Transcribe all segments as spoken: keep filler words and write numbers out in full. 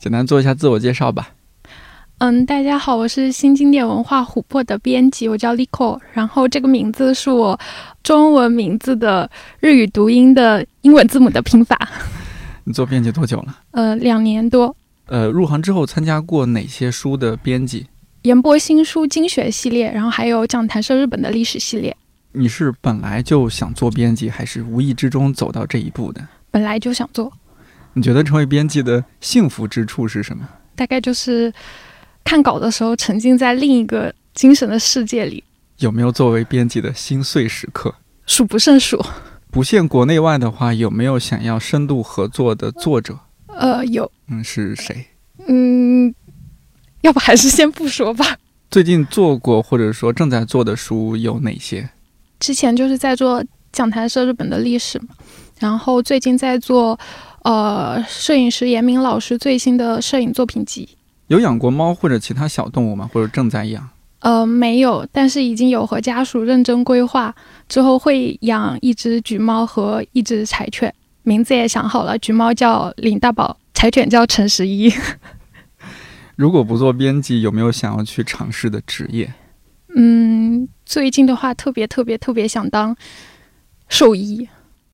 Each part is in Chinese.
简单做一下自我介绍吧。 嗯，大家好，我是新经典文化琥珀的编辑，我叫 Lico， 然后这个名字是我中文名字的日语读音的英文字母的拼法。 你做编辑多久了？ 呃，两年多。 呃，入行之后参加过哪些书的编辑？ 研播新书精选系列，然后还有讲谈社日本的历史系列。 你是本来就想做编辑，还是无意之中走到这一步的？ 本来就想做。 你觉得成为编辑的幸福之处是什么？ 大概就是看稿的时候沉浸在另一个精神的世界里。 有没有作为编辑的心碎时刻？ 数不胜数。 不限国内外的话，有没有想要深度合作的作者？ 呃，有。 嗯，是谁？ 嗯，要不还是先不说吧。 最近做过或者说正在做的书有哪些？ 之前就是在做讲谈社日本的历史嘛，然后最近在做呃摄影师严明老师最新的摄影作品集。 有养过猫或者其他小动物吗？或者正在养？ 呃，没有，但是已经有和家属认真规划，之后会养一只橘猫和一只柴犬，名字也想好了，橘猫叫林大宝，柴犬叫陈十一。 如果不做编辑，有没有想要去尝试的职业？ 嗯，最近的话特别特别特别想当兽医。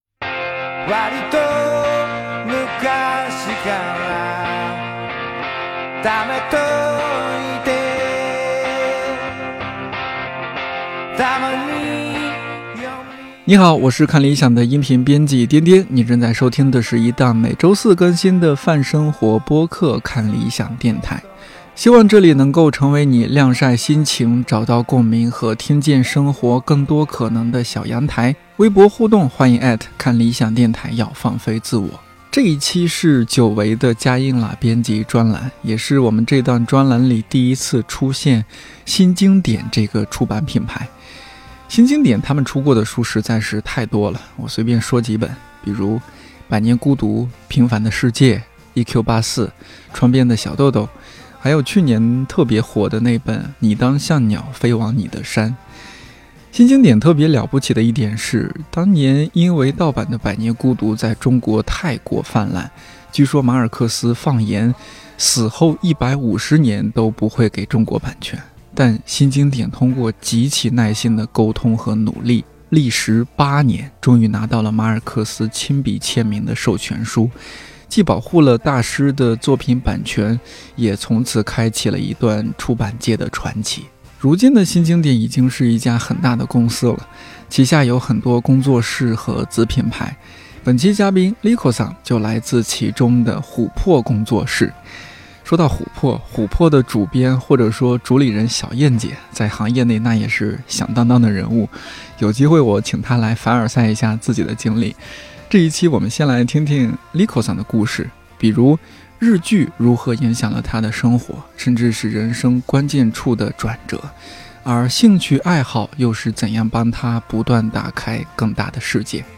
你好，我是看理想的音频编辑颠颠，你正在收听的是一档每周四更新的泛生活播客看理想电台，希望这里能够成为你晾晒心情、找到共鸣和听见生活更多可能的小阳台。微博互动欢迎 at 看理想电台，要放飞自我。这一期是久违的佳音啦编辑专栏，也是我们这档专栏里第一次出现新经典这个出版品牌。新经典他们出过的书实在是太多了，我随便说几本，比如《百年孤独》、《平凡的世界》、E Q 八四、《窗边的小豆豆》，还有去年特别火的那本《你当像鸟飞往你的山》。新经典特别了不起的一点是，当年因为盗版的《百年孤独》在中国太过泛滥，据说马尔克斯放言死后一百五十年都不会给中国版权，但新经典通过极其耐心的沟通和努力，历时八年，终于拿到了马尔克斯亲笔签名的授权书，既保护了大师的作品版权，也从此开启了一段出版界的传奇。如今的新经典已经是一家很大的公司了，旗下有很多工作室和子品牌。本期嘉宾 Lico 桑就来自其中的琥珀工作室。说到琥珀，琥珀的主编或者说主理人小燕姐，在行业内那也是响当当的人物。有机会我请她来凡尔赛一下自己的经历。这一期我们先来听听 Lico 桑的故事，比如日剧如何影响了他的生活，甚至是人生关键处的转折，而兴趣爱好又是怎样帮他不断打开更大的世界。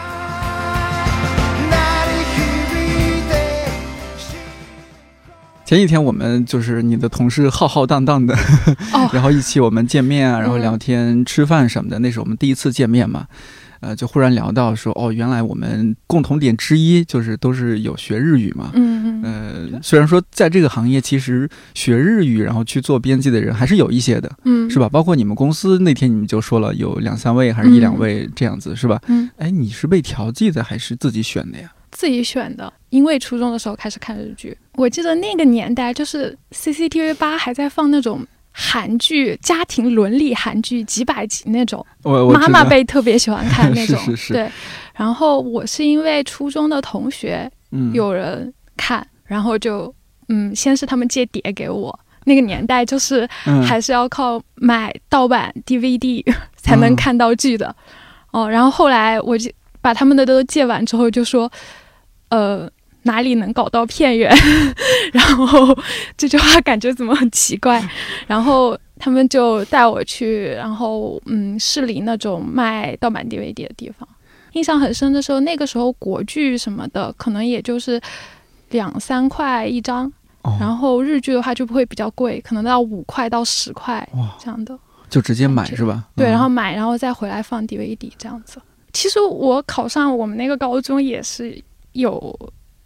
前几天我们就是你的同事浩浩荡荡的、哦、然后一起我们见面啊，然后聊天、嗯、吃饭什么的，那是我们第一次见面嘛，呃，就忽然聊到说，哦，原来我们共同点之一就是都是有学日语嘛，嗯嗯，呃，虽然说在这个行业其实学日语然后去做编辑的人还是有一些的，嗯，是吧？包括你们公司那天你们就说了有两三位还是一两位这样子、嗯、是吧？嗯，哎，你是被调剂的还是自己选的呀？ 自己选的，因为初中的时候开始看日剧，我记得那个年代就是 C C T V 八还在放那种韩剧，家庭伦理韩剧几百集那种，妈妈辈特别喜欢看那种是是是， 对。然后我是因为初中的同学有人看、嗯、然后就嗯，先是他们借碟给我，那个年代就是还是要靠买盗版 D V D 才能看到剧的、嗯、哦。然后后来我就把他们的都借完之后就说呃哪里能搞到片源然后这句话感觉怎么很奇怪，然后他们就带我去然后嗯市里那种卖盗版 D V D 的地方，印象很深的时候，那个时候国剧什么的可能也就是两三块一张、哦、然后日剧的话就不会比较贵，可能到五块到十块这样的， 就直接买是吧？ 对、嗯、然后买然后再回来放 D V D 这样子。其实我考上我们那个高中也是有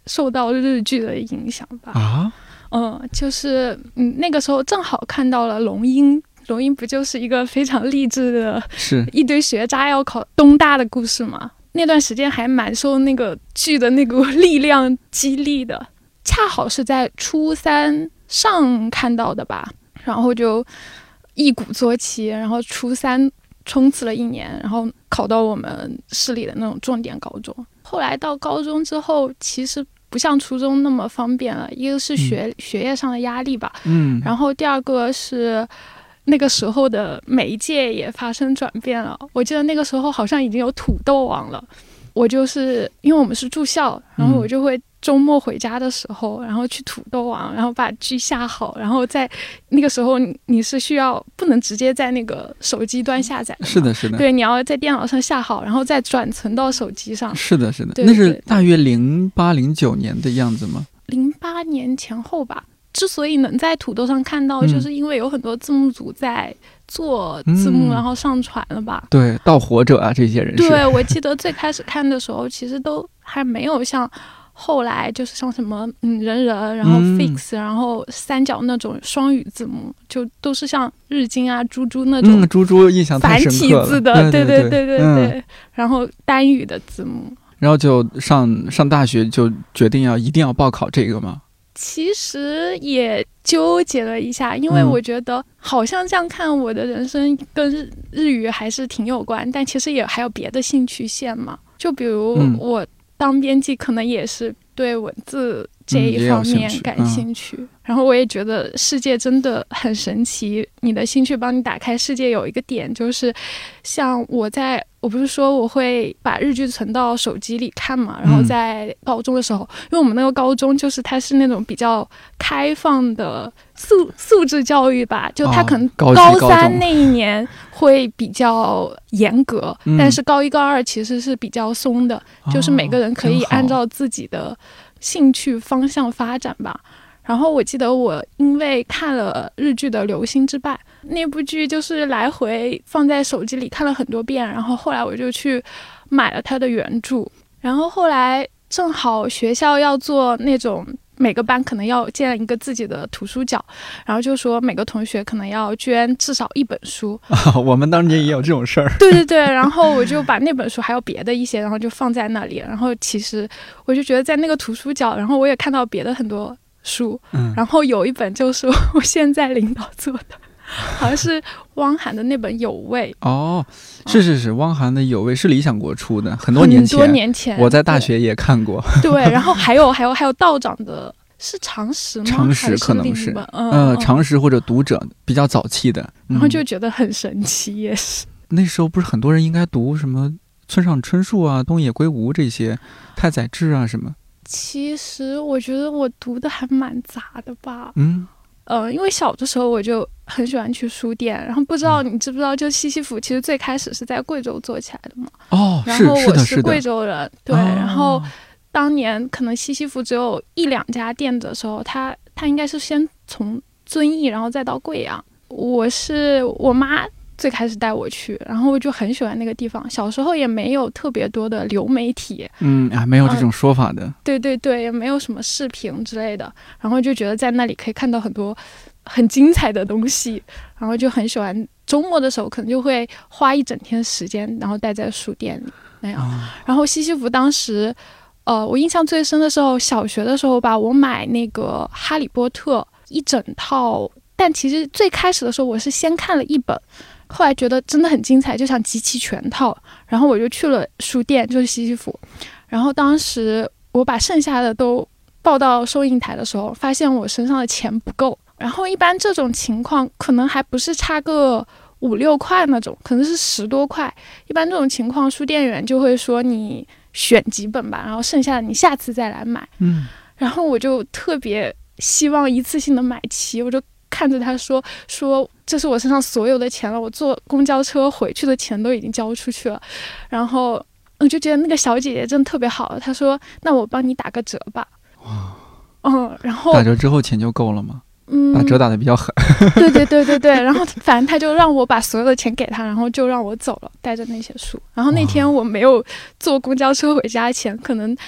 受到日剧的影响吧。 啊， 嗯，就是嗯那个时候正好看到了龙樱，龙樱不就是一个非常励志的， 是一堆学渣要考东大的故事吗？那段时间还蛮受那个剧的那股力量激励的，恰好是在初三上看到的吧，然后就一鼓作气，然后初三冲刺了一年，然后考到我们市里的那种重点高中。后来到高中之后，其实不像初中那么方便了，一个是学、嗯、学业上的压力吧，嗯，然后第二个是那个时候的媒介也发生转变了。我记得那个时候好像已经有土豆网了，我就是因为我们是住校，然后我就会周末回家的时候，然后去土豆网，然后把剧下好，然后在那个时候 你, 你是需要不能直接在那个手机端下载的， 是的是的， 对，你要在电脑上下好，然后再转存到手机上， 是的是的， 对对对， 那是大约零八零九年的样子吗？ 零八年前后吧。之所以能在土豆上看到、嗯、就是因为有很多字幕组在做字幕、嗯、然后上传了吧， 对，盗火者啊这些人士， 对，我记得最开始看的时候其实都还没有像后来就是像什么嗯人人然后 fix、嗯、然后三角那种双语字幕，就都是像日经啊猪猪那种， 嗯，猪猪印象太深刻了， 繁体字的，对对对对对、 嗯、 对，然后单语的字幕， 然后就上上大学就决定要一定要报考这个吗？ 其实也纠结了一下，因为我觉得好像这样看我的人生跟日语还是挺有关，但其实也还有别的兴趣线嘛，就比如我当编辑可能也是对文字这一方面感兴趣、嗯嗯、然后我也觉得世界真的很神奇，你的兴趣帮你打开世界。有一个点就是像我在我不是说我会把日剧存到手机里看嘛，然后在高中的时候、嗯、因为我们那个高中就是它是那种比较开放的素素质教育吧，就它可能高三那一年会比较严格、嗯、但是高一高二其实是比较松的、嗯、就是每个人可以按照自己的兴趣方向发展吧。然后我记得我因为看了日剧的《流星之绊》，那部剧就是来回放在手机里看了很多遍，然后后来我就去买了它的原著。然后后来正好学校要做那种每个班可能要建一个自己的图书角，然后就说每个同学可能要捐至少一本书、 哦、我们当年也有这种事儿。 对对对，然后我就把那本书还有别的一些然后就放在那里，然后其实我就觉得在那个图书角，然后我也看到别的很多书、嗯、然后有一本就是我现在领导做的，好像是汪涵的那本《有味》。 哦，是是是，汪涵的《有味》是理想国出的，很多年前， 很多年前， 我在大学也看过。 对，对，然后还有还有还有道长的，是常识吗？ 常识可能是， 嗯、 呃，常识或者读者比较早期的， 然后就觉得很神奇，也是。 那时候不是很多人应该读什么村上春树啊、东野圭吾这些，太宰治啊什么。 其实我觉得我读的还蛮杂的吧， 嗯， 呃，因为小的时候我就很喜欢去书店，然后不知道你知不知道，就西西弗其实最开始是在贵州做起来的嘛。 哦， 然后我是贵州人，对、哦，然后当年可能西西弗只有一两家店的时候，他他应该是先从遵义，然后再到贵阳。我是我妈最开始带我去，然后我就很喜欢那个地方。小时候也没有特别多的流媒体， 嗯啊，没有这种说法的、嗯。 对对对，也没有什么视频之类的，然后就觉得在那里可以看到很多很精彩的东西，然后就很喜欢。周末的时候可能就会花一整天时间，然后待在书店里那样。哦、然后西西弗当时，呃，我印象最深的时候，小学的时候吧，我买那个《哈利波特》一整套，但其实最开始的时候我是先看了一本。后来觉得真的很精彩，就想集齐全套，然后我就去了书店，就是西西弗。然后当时我把剩下的都报到收银台的时候，发现我身上的钱不够。然后一般这种情况可能还不是差个五六块那种，可能是十多块。一般这种情况，书店员就会说你选几本吧，然后剩下的你下次再来买。 嗯， 然后我就特别希望一次性的买齐，我就看着他说说这是我身上所有的钱了，我坐公交车回去的钱都已经交出去了。然后我就觉得那个小姐姐真的特别好，她说那我帮你打个折吧。 哇， 嗯，然后打折之后钱就够了吗？嗯，打折打得比较狠。 对对对对对，然后反正他就让我把所有的钱给他，然后就让我走了，带着那些书。然后那天我没有坐公交车回家前，可能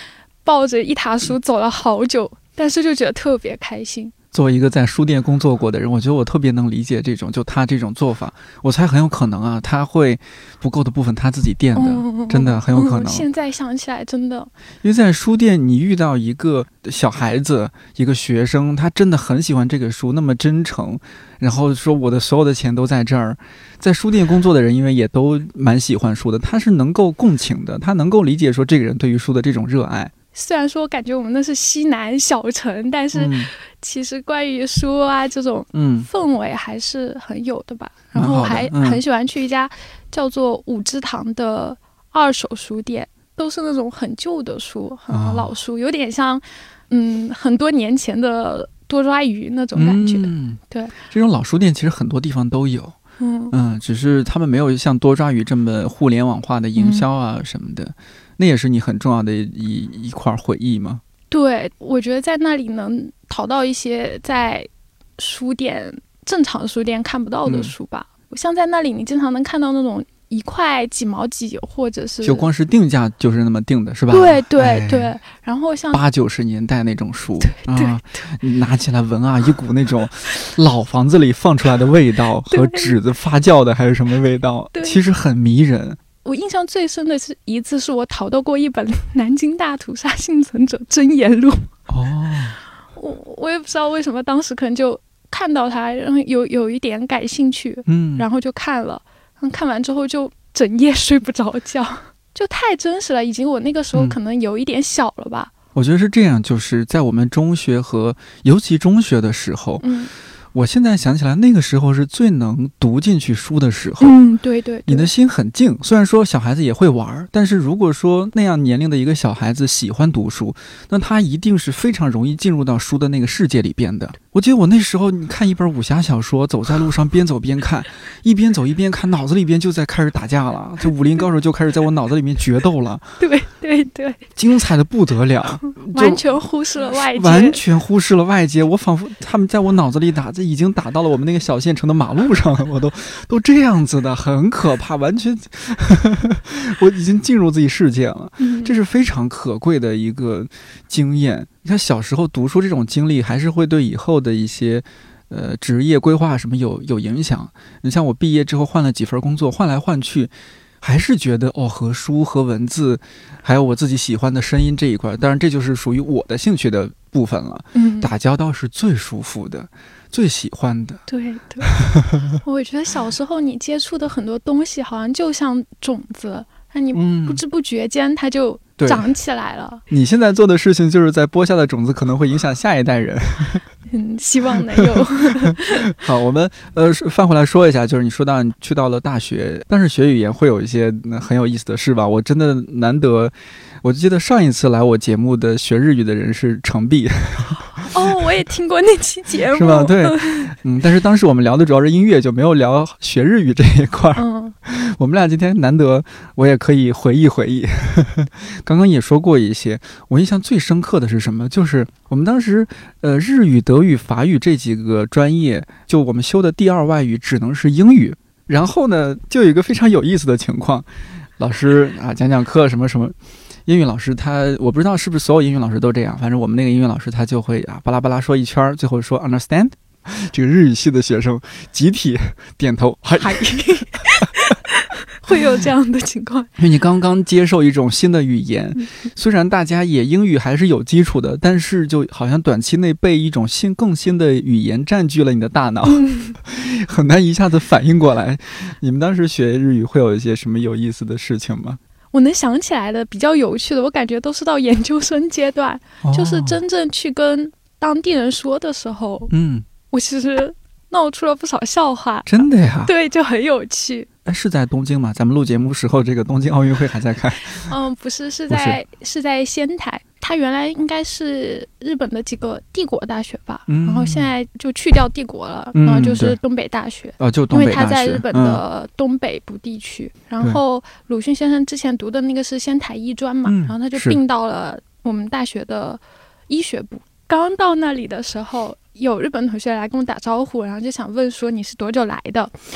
抱着一沓书走了好久，但是就觉得特别开心。 作为一个在书店工作过的人，我觉得我特别能理解这种，就他这种做法，我猜很有可能啊，他会不够的部分他自己垫的，嗯、真的很有可能、嗯。 现在想起来，真的， 因为在书店，你遇到一个小孩子，一个学生，他真的很喜欢这个书，那么真诚，然后说我的所有的钱都在这儿。在书店工作的人，因为也都蛮喜欢书的，他是能够共情的，他能够理解说这个人对于书的这种热爱。 虽然说感觉我们那是西南小城，但是其实关于书啊这种氛围还是很有的吧、嗯、然后我还很喜欢去一家叫做五之堂的二手书店，都是那种很旧的书，很老书、哦、有点像嗯很多年前的多抓鱼那种感觉、嗯、对， 这种老书店其实很多地方都有， 嗯嗯，只是他们没有像多抓鱼这么互联网化的营销啊什么的、嗯，那也是你很重要的一一块回忆吗？ 对，我觉得在那里能淘到一些在书店正常书店看不到的书吧、嗯、像在那里你经常能看到那种一块几毛几，或者是就光是定价就是那么定的是吧？ 对对对、哎、然后像八九十年代那种书， 对对、 啊、你拿起来闻啊，一股那种老房子里放出来的味道和纸子发酵的还是什么味道，其实很迷人。 我印象最深的是一次是我淘到过一本《南京大屠杀幸存者真言录》 哦， 我我也不知道为什么当时可能就看到它，然后有有一点感兴趣，嗯，然后就看了，看完之后就整夜睡不着觉，就太真实了，已经我那个时候可能有一点小了吧、嗯、 我觉得是这样，就是在我们中学和尤其中学的时候，嗯，我现在想起来那个时候是最能读进去书的时候， 嗯，对 对, 对， 你的心很静，虽然说小孩子也会玩，但是如果说那样年龄的一个小孩子喜欢读书，那他一定是非常容易进入到书的那个世界里边的。我记得我那时候你看一本武侠小说，走在路上边走边看，一边走一边看，脑子里边就在开始打架了，这武林高手就开始在我脑子里面决斗了， 对对对， 精彩的不得了， 完全忽视了外界， 完全忽视了外界，我仿佛他们在我脑子里打，这已经打到了我们那个小县城的马路上了，我都都这样子的，很可怕，完全我已经进入自己世界了，这是非常可贵的一个经验。你看小时候读书这种经历还是会对以后的一些呃职业规划什么有有影响。你像我毕业之后换了几份工作，换来换去还是觉得哦，和书和文字还有我自己喜欢的声音这一块，当然这就是属于我的兴趣的部分了，嗯，打交道是最舒服的，最喜欢的。 对对，我觉得小时候你接触的很多东西好像就像种子，那你不知不觉间它就长起来了。 你现在做的事情就是在播下的种子可能会影响下一代人。 嗯，希望能有。 好，我们呃翻回来说一下，就是你说到你去到了大学，但是学语言会有一些很有意思的事吧？我真的难得，我记得上一次来我节目的学日语的人是程璧。 哦，我也听过那期节目， 是吧？对，嗯，但是当时我们聊的主要是音乐，就没有聊学日语这一块。嗯，我们俩今天难得，我也可以回忆回忆。刚刚也说过一些，我印象最深刻的是什么？就是我们当时呃日语、德语、法语这几个专业，就我们修的第二外语只能是英语。然后呢，就有一个非常有意思的情况，老师啊讲讲课什么什么。英语老师他我不知道是不是所有英语老师都这样，反正我们那个英语老师他就会啊巴拉巴拉说一圈，最后说 understand， 这个日语系的学生集体点头，嗨， 会有这样的情况。 因为你刚刚接受一种新的语言，虽然大家也英语还是有基础的，但是就好像短期内被一种新更新的语言占据了你的大脑，嗯、很难一下子反应过来。你们当时学日语会有一些什么有意思的事情吗？ 我能想起来的比较有趣的，我感觉都是到研究生阶段，哦、就是真正去跟当地人说的时候，嗯，我其实闹出了不少笑话。 真的呀？ 对，就很有趣。 哎，是在东京吗？咱们录节目时候，这个东京奥运会还在开。 嗯，不是，是在是, 是在仙台。它原来应该是日本的几个帝国大学吧，嗯、然后现在就去掉帝国了，嗯、然后就是东北大学。 哦，就东北大学， 因为它在日本的东北部地区。嗯、然后鲁迅先生之前读的那个是仙台医专嘛，嗯、然后他就并到了我们大学的医学部。刚到那里的时候，有日本同学来跟我打招呼，然后就想问说你是多久来的。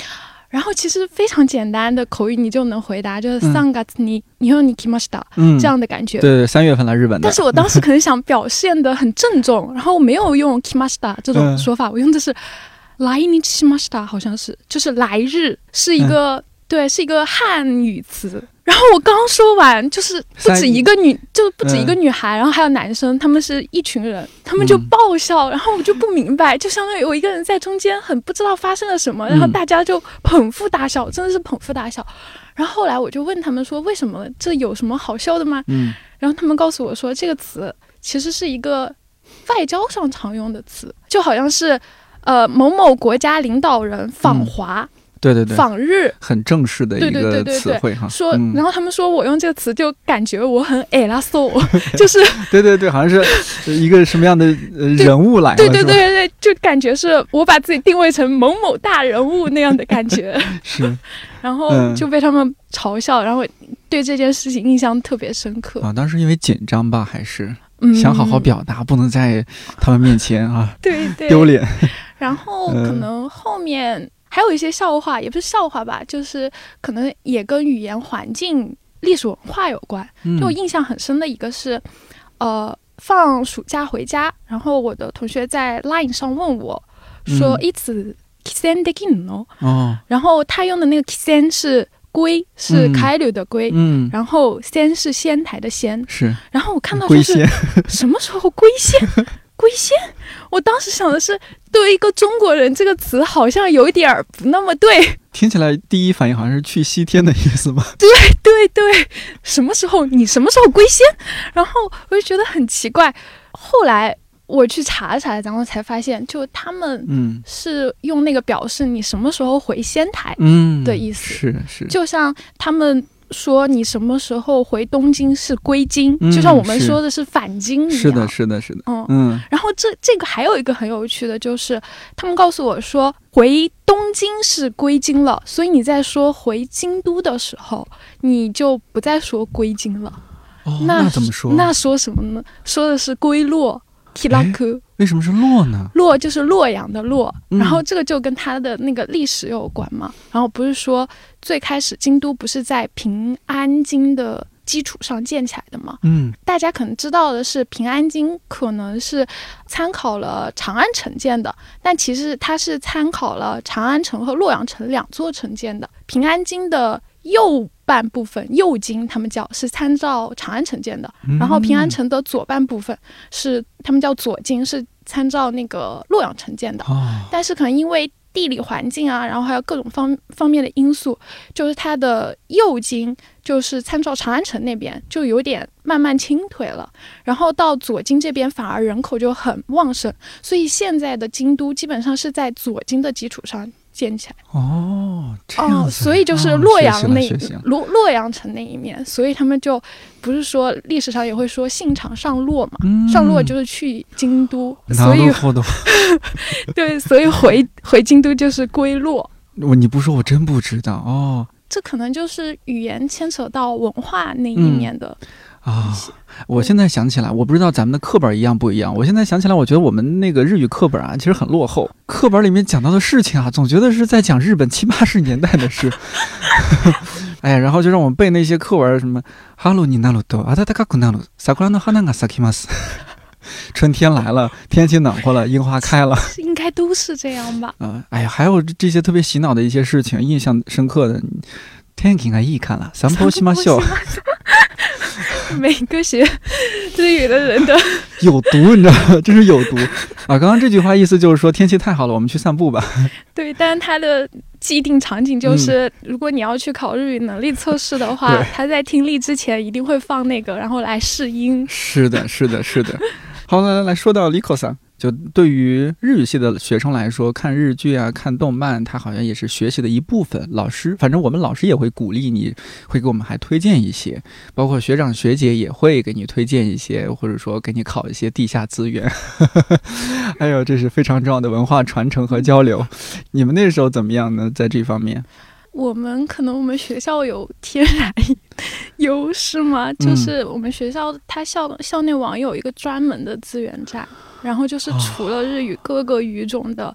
然后其实非常简单的口语你就能回答，就是三月に日本に来ました、 嗯、 这样的感觉。 对对，三月份来日本的。 但是我当时可能想表现的很郑重，然后我没有用来ました这种说法、嗯、我用的是来日しました，好像是就是来日，是一个、嗯、对，是一个汉语词。然后我刚说完，就是不止一个女，就不止一个女孩、嗯、然后还有男生，他们是一群人，他们就爆笑、嗯、然后我就不明白，就相当于有一个人在中间很不知道发生了什么、嗯、然后大家就捧腹大笑，真的是捧腹大笑。然后后来我就问他们说，为什么这有什么好笑的吗？嗯，然后他们告诉我说，这个词其实是一个外交上常用的词，就好像是呃某某国家领导人访华、嗯， 对对对， 访日， 很正式的一个词汇哈。 说、嗯，然后他们说我用这个词就感觉我很哎啦嗦，就是对对对，好像是一个什么样的人物来了， 对对对对对，就感觉是我把自己定位成某某大人物那样的感觉。 是， 然后就被他们嘲笑，然后对这件事情印象特别深刻啊。当时因为紧张吧，还是想好好表达，嗯、不能在他们面前啊， 对对丢脸。 然后可能后面。还有一些笑话，也不是笑话吧，就是可能也跟语言环境、历史文化有关。嗯、就我印象很深的一个是，呃，放暑假回家，然后我的同学在 Line 上问我说：“いつ帰省できるの？”哦，然后他用的那个帰省是归，是开流的归，嗯，然后仙是仙台的仙，是。然后我看到就是什么时候归仙？归仙，我当时想的是，对一个中国人这个词好像有点不那么对。 听起来第一反应好像是去西天的意思吧？ 对对对，什么时候你什么时候归仙？然后我就觉得很奇怪。后来我去查查，然后才发现，就他们嗯是用那个表示你什么时候回仙台的意思，嗯、是是，就像他们。说你什么时候回东京是归京、嗯、就像我们说的是返京一样。 是的是的是的， 嗯嗯。然后这这个还有一个很有趣的，就是他们告诉我说回东京是归京了，所以你在说回京都的时候你就不再说归京了。 哦，那, 那怎么说？ 那说什么呢？说的是归洛。 为什么是洛呢？ 洛就是洛阳的洛、嗯、然后这个就跟它的那个历史有关嘛。然后不是说最开始京都不是在平安京的基础上建起来的吗？嗯，大家可能知道的是平安京可能是参考了长安城建的，但其实它是参考了长安城和洛阳城两座城建的。平安京的右半部分右京他们叫是参照长安城建的、嗯、然后平安城的左半部分是他们叫左京，是参照那个洛阳城建的、哦、但是可能因为地理环境啊，然后还有各种方方面的因素，就是它的右京就是参照长安城那边就有点慢慢倾退了，然后到左京这边反而人口就很旺盛，所以现在的京都基本上是在左京的基础上建起来。 哦，这样子、 哦、所以就是洛阳那、 哦、 洛洛阳城那一面，所以他们就不是说历史上也会说信长上洛嘛、嗯、上洛就是去京都，所以对，所以回回京都就是归洛。 我你不说我真不知道哦。 这可能就是语言牵扯到文化那一面的、嗯啊、哦，我现在想起来，我不知道咱们的课本一样不一样。我现在想起来，我觉得我们那个日语课本啊，其实很落后。课本里面讲到的事情啊，总觉得是在讲日本七八十年代的事。哎呀，然后就让我们背那些课文，什么“春になると暖かくなる、桜の花が咲きます”。春天来了，天气暖和了，樱花开了， 应该都是这样吧？ 呃，哎呀，还有这些特别洗脑的一些事情，印象深刻的。天気がいいから散歩しましょう。 每个学日语的人的有毒，你知道吗？真是有毒啊！刚刚这句话意思就是说天气太好了，我们去散步吧。 对，但是它的既定场景就是、嗯、如果你要去考日语能力测试的话，他在听力之前一定会放那个，然后来试音。是的，是的，是的。好，来来来说到 Liko さん。就对于日语系的学生来说，看日剧啊，看动漫，它好像也是学习的一部分。老师，反正我们老师也会鼓励你，会给我们还推荐一些，包括学长学姐也会给你推荐一些，或者说给你考一些地下资源。哎呦，这是非常重要的文化传承和交流。你们那时候怎么样呢？在这方面？ 我们可能我们学校有天然优势嘛，就是我们学校它校校内网有一个专门的资源站，然后就是除了日语各个语种的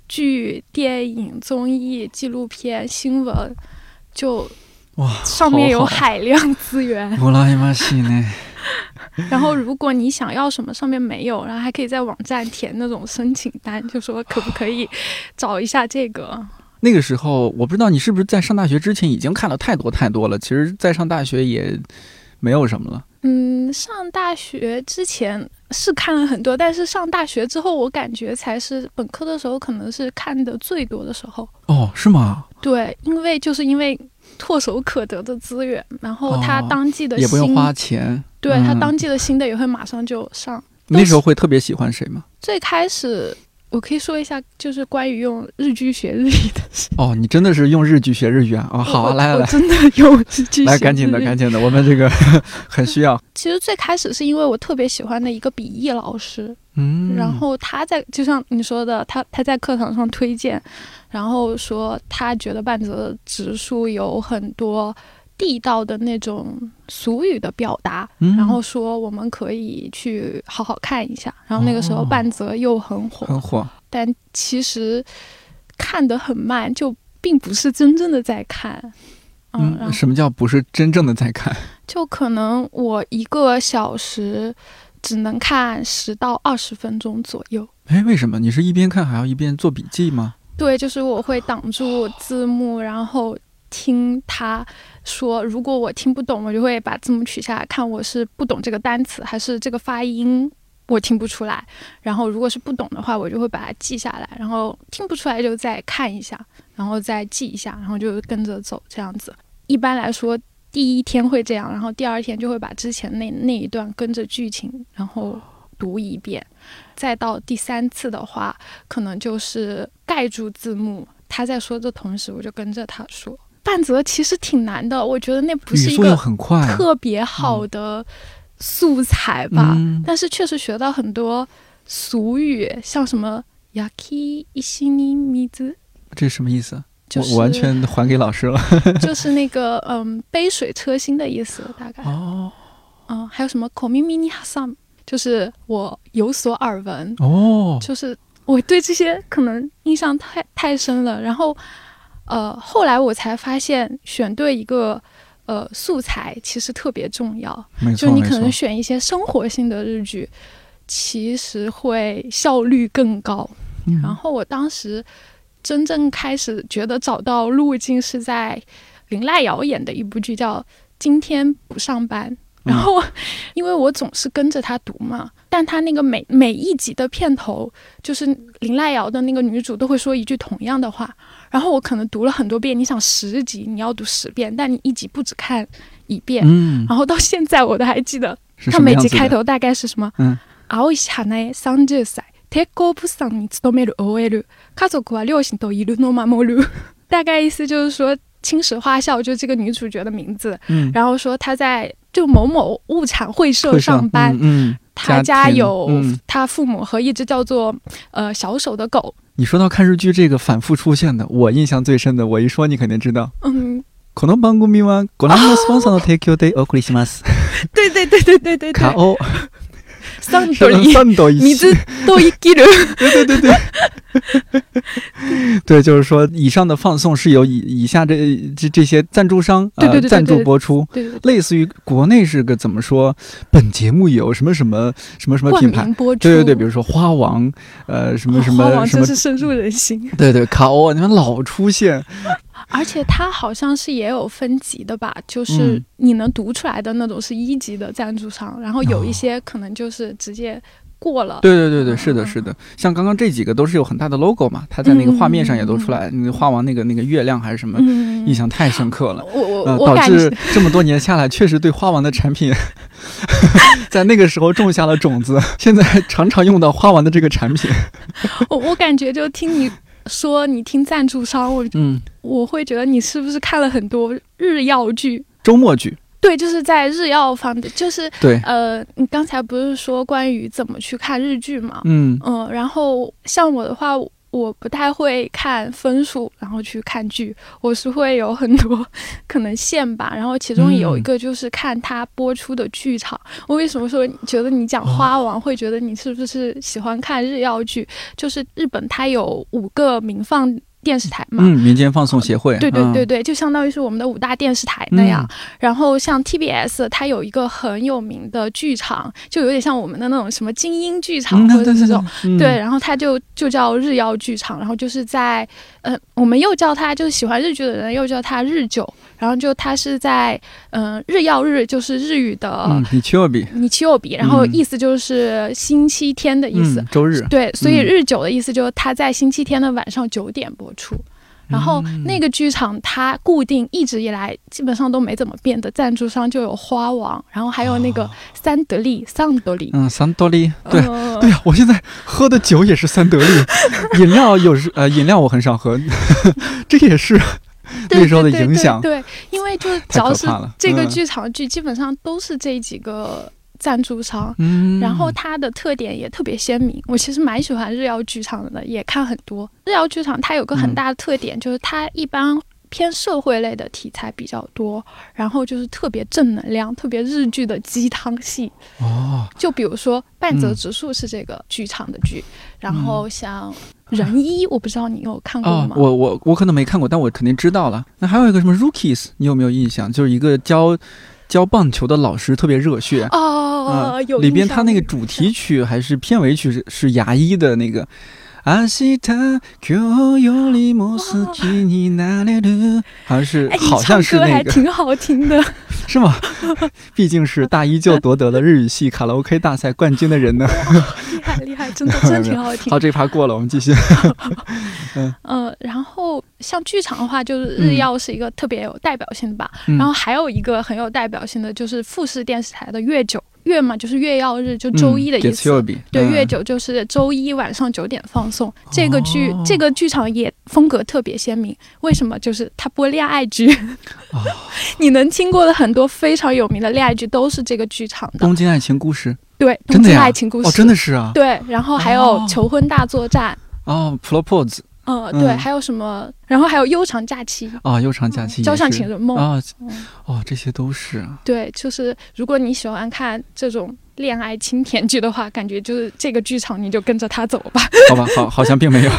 剧、电影、综艺、纪录片、新闻，就哇，上面有海量资源。 我拉玛西呢。 然后如果你想要什么上面没有，然后还可以在网站填那种申请单，就说可不可以找一下这个。 那个时候我不知道你是不是在上大学之前已经看了太多太多了，其实在上大学也没有什么了。 嗯，上大学之前是看了很多，但是上大学之后我感觉才是本科的时候可能是看的最多的时候。 哦，是吗？ 对，因为就是因为唾手可得的资源，然后他当季的新、 哦、也不用花钱， 对、嗯、他当季的新的也会马上就上。 那时候会特别喜欢谁吗？ 最开始我可以说一下，就是关于用日剧学日语的事。 哦，你真的是用日剧学日语啊？哦，好啊，来来来， 我真的用日剧学日语。 来，赶紧的，赶紧的，我们这个很需要。 其实最开始是因为我特别喜欢的一个笔译老师， 嗯， 然后他在就像你说的，他他在课堂上推荐，然后说他觉得半泽直树有很多地道的那种俗语的表达、嗯、然后说我们可以去好好看一下。然后那个时候半泽又很火、哦、 很火， 但其实看得很慢，就并不是真正的在看。 嗯，嗯什么叫不是真正的在看？ 就可能我一个小时只能看十到二十分钟左右。 哎，为什么？你是一边看还要一边做笔记吗？ 对，就是我会挡住字幕，然后听他说，如果我听不懂，我就会把字幕取下来，看我是不懂这个单词还是这个发音我听不出来。然后如果是不懂的话，我就会把它记下来，然后听不出来就再看一下，然后再记一下，然后就跟着走这样子。一般来说第一天会这样，然后第二天就会把之前那那一段跟着剧情然后读一遍。再到第三次的话，可能就是盖住字幕，他在说的同时我就跟着他说。半泽其实挺难的，我觉得那不是一个特别好的素材吧、嗯、但是确实学到很多俗语，像什么 yaki ishi ni mizu， 这是什么意思？ 就是、 我完全还给老师了就是那个嗯杯水车薪的意思大概。 哦， 嗯，还有什么 komimi ni hasam， 就是我有所耳闻。 哦， 就是我对这些可能印象太太深了。然后呃，后来我才发现选对一个呃素材其实特别重要。 没错， 就你可能选一些生活性的日剧，其实会效率更高、嗯、然后我当时真正开始觉得找到路径是在林濑遥演的一部剧叫《今天不上班》，然后因为我总是跟着他读嘛，但他那个每每一集的片头就是林濑遥的那个女主都会说一句同样的话，然后我可能读了很多遍，你想十集你要读十遍，但你一集不只看一遍、嗯、然后到现在我都还记得他每集开头大概是什么嗯， 青い花さんじゅっさい鉄鋼物産に勤める オーエル 家族は両親といるの守る大概意思就是说青石花校就这个女主角的名字、嗯、然后说她在就某某物产会社上班， 嗯嗯， 她家有她父母和一只叫做呃小手的狗。 你说到看日剧这个反复出现的，我印象最深的，我一说你肯定知道。 嗯， この番組はご覧のスポンサーの提供でお送りします。 对对对对对对对。 卡欧。 三斗一，水都一きる。 对对对对，对，就是说，以上的放送是由以以下这这这些赞助商呃赞助播出， 对对对， 类似于国内是个怎么说？本节目有什么什么什么什么品牌播出？ 对对对，比如说花王，呃，什么什么、哦、 花王真是深入人心。 对对，卡欧，你们老出现。 而且它好像是也有分级的吧，就是你能读出来的那种是一级的赞助商、嗯、然后有一些可能就是直接过了、哦、 对对对对，是的是的，像刚刚这几个都是有很大的 logo 嘛，它在那个画面上也都出来、嗯、那个花王那个那个月亮还是什么、嗯、印象太深刻了， 我我、 呃、导致这么多年下来确实对花王的产品在那个时候种下了种子，现在常常用到花王的这个产品我我感觉就听你说你听赞助商，我嗯，我会觉得你是不是看了很多日曜剧、 周末剧？ 对，就是在日曜方的，就是对， 呃，你刚才不是说关于怎么去看日剧嘛？ 嗯嗯、呃，然后像我的话， 我不太会看分数然后去看剧，我是会有很多可能线吧，然后其中有一个就是看它播出的剧场、嗯、我为什么说觉得你讲花王、哦、会觉得你是不是喜欢看日曜剧，就是日本它有五个民放电视台嘛， 嗯，民间放送协会， 对对对对、嗯，就相当于是我们的五大电视台那样、嗯。然后像 T B S， 它有一个很有名的剧场，就有点像我们的那种什么精英剧场、嗯、或者是这种，对, 对, 对, 对、嗯。然后它就就叫日曜剧场，然后就是在呃，我们又叫它，就是喜欢日剧的人又叫它日九，然后就它是在嗯、呃、日曜日，就是日语的嗯日曜日， 日曜日，然后意思就是星期天的意思， 嗯、周日。 对，所以日九的意思就是它在星期天的晚上九点播出。然后那个剧场它固定一直以来基本上都没怎么变的赞助商就有花王，然后还有那个三得利、桑德利， 嗯，桑德利，对、呃、对呀，我现在喝的酒也是三得利，饮料有时呃饮料我很少喝，这也是那时候的影响。 对, 对, 对, 对, 对，因为就只要是这个剧场剧，基本上都是这几个赞助商、嗯、然后它的特点也特别鲜明，我其实蛮喜欢日曜剧场的，也看很多。日曜剧场它有个很大的特点、嗯、就是它一般偏社会类的题材比较多，然后就是特别正能量，特别日剧的鸡汤戏哦。就比如说半泽直树是这个剧场的剧、嗯、然后像仁一、嗯、我不知道你有看过吗？ 哦、我我我可能没看过，但我肯定知道了。那还有一个什么 Rookies 你有没有印象？就是一个教教棒球的老师特别热血哦、嗯，有里边他那个主题曲还是片尾曲是是牙医的那个。明日今日よりも好きになれる，好像是、哎、好像是那个， 还挺好听的， 是吗？毕竟是大一就夺得了日语系卡拉 OK 大赛冠军的人呢， 厉害厉害，真的真的挺好听。 好，这一趴过了，我们继续。 嗯、呃，然后像剧场的话，就是日曜是一个特别有代表性的吧、嗯，然后还有一个很有代表性的就是富士电视台的月九。月嘛就是月曜日，就周一的意思、嗯、对、嗯、月九就是周一晚上九点放送、哦、这个剧这个剧场也风格特别鲜明，为什么？就是它播恋爱剧、哦、你能听过的很多非常有名的恋爱剧都是这个剧场的。 东京爱情故事， 对，东京爱情故事， 哦，真的是啊， 对，然后还有求婚大作战， 哦 Propose， 呃，对、嗯，还有什么？然后还有悠长假期啊，悠长假期， 交响情人梦啊、嗯，哦，这些都是啊。 对，就是如果你喜欢看这种恋爱轻甜剧的话，感觉就是这个剧场你就跟着他走吧。 好吧，好，好像并没有。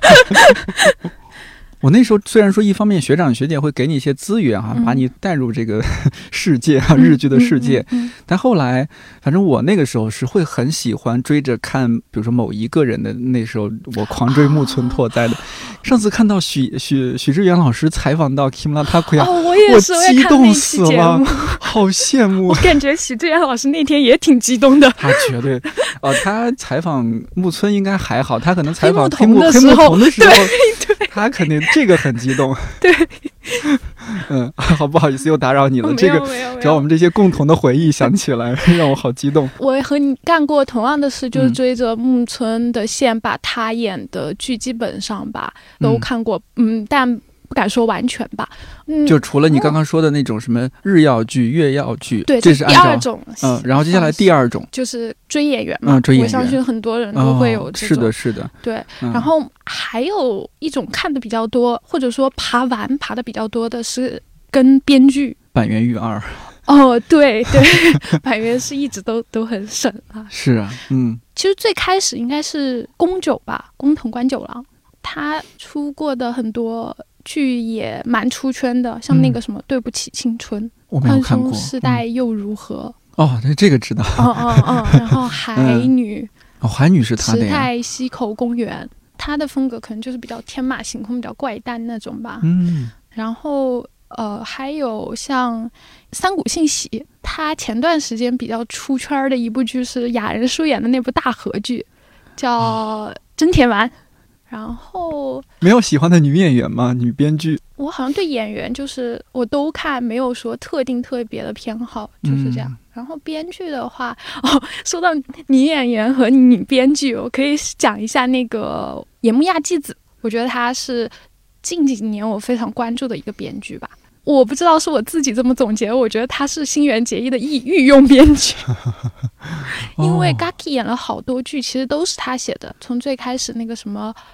我那时候虽然说一方面学长学姐会给你一些资源啊，嗯、把你带入这个世界啊，日剧的世界、嗯嗯嗯，但后来反正我那个时候是会很喜欢追着看，比如说某一个人的，那时候我狂追木村拓哉的。啊、上次看到许许许志远老师采访到 Kimura Takuya，、 哦、我也是， 我激动死了，好羡慕。 我感觉许志远老师那天也挺激动的。 他绝对，哦、呃，他采访木村应该还好，他可能采访黑木黑木瞳的时候， 对对， 他肯定。这个很激动， 对， 嗯，好不好意思又打扰你了。 哦、 这个只要我们这些共同的回忆想起来，让我好激动。 我和你干过同样的事，就是追着木村的线，把他演的剧基本上吧都看过，嗯，嗯但不敢说完全吧。嗯， 就除了你刚刚说的那种什么日曜剧、月曜剧， 对， 这是按照第二种， 嗯，然后接下来第二种就是追演员嘛， 嗯，追演员， 我相信很多人都会有这种， 哦、是的，是的， 对、嗯。然后还有一种看的比较多，或者说爬完爬的比较多的是跟编剧板垣裕二。 哦，对对，板垣是一直都都很神啊。 是啊，嗯， 其实最开始应该是宫九吧，宫藤官九郎，他出过的很多剧也蛮出圈的，像那个什么《对不起青春》， 我没有看过， 宽松世代又如何？ 哦，这个知道。 哦哦哦，然后海女， 嗯、哦，海女是他的呀。 池袋西口公园，他的风格可能就是比较天马行空、比较怪诞那种吧。 嗯， 然后呃，还有像三谷幸喜，他前段时间比较出圈的一部剧是雅人书演的那部大河剧，叫《真田丸》。然后没有喜欢的女演员吗？女编剧？ 我好像对演员就是我都看，没有说特定特别的偏好，就是这样。嗯、然后编剧的话，哦，说到女演员和女编剧，我可以讲一下那个野木亚纪子，我觉得她是近几年我非常关注的一个编剧吧。我不知道是我自己这么总结，我觉得她是新垣结衣的御御用编剧，因为 Gaki 演了好多剧，其实都是她写的，从最开始那个什么。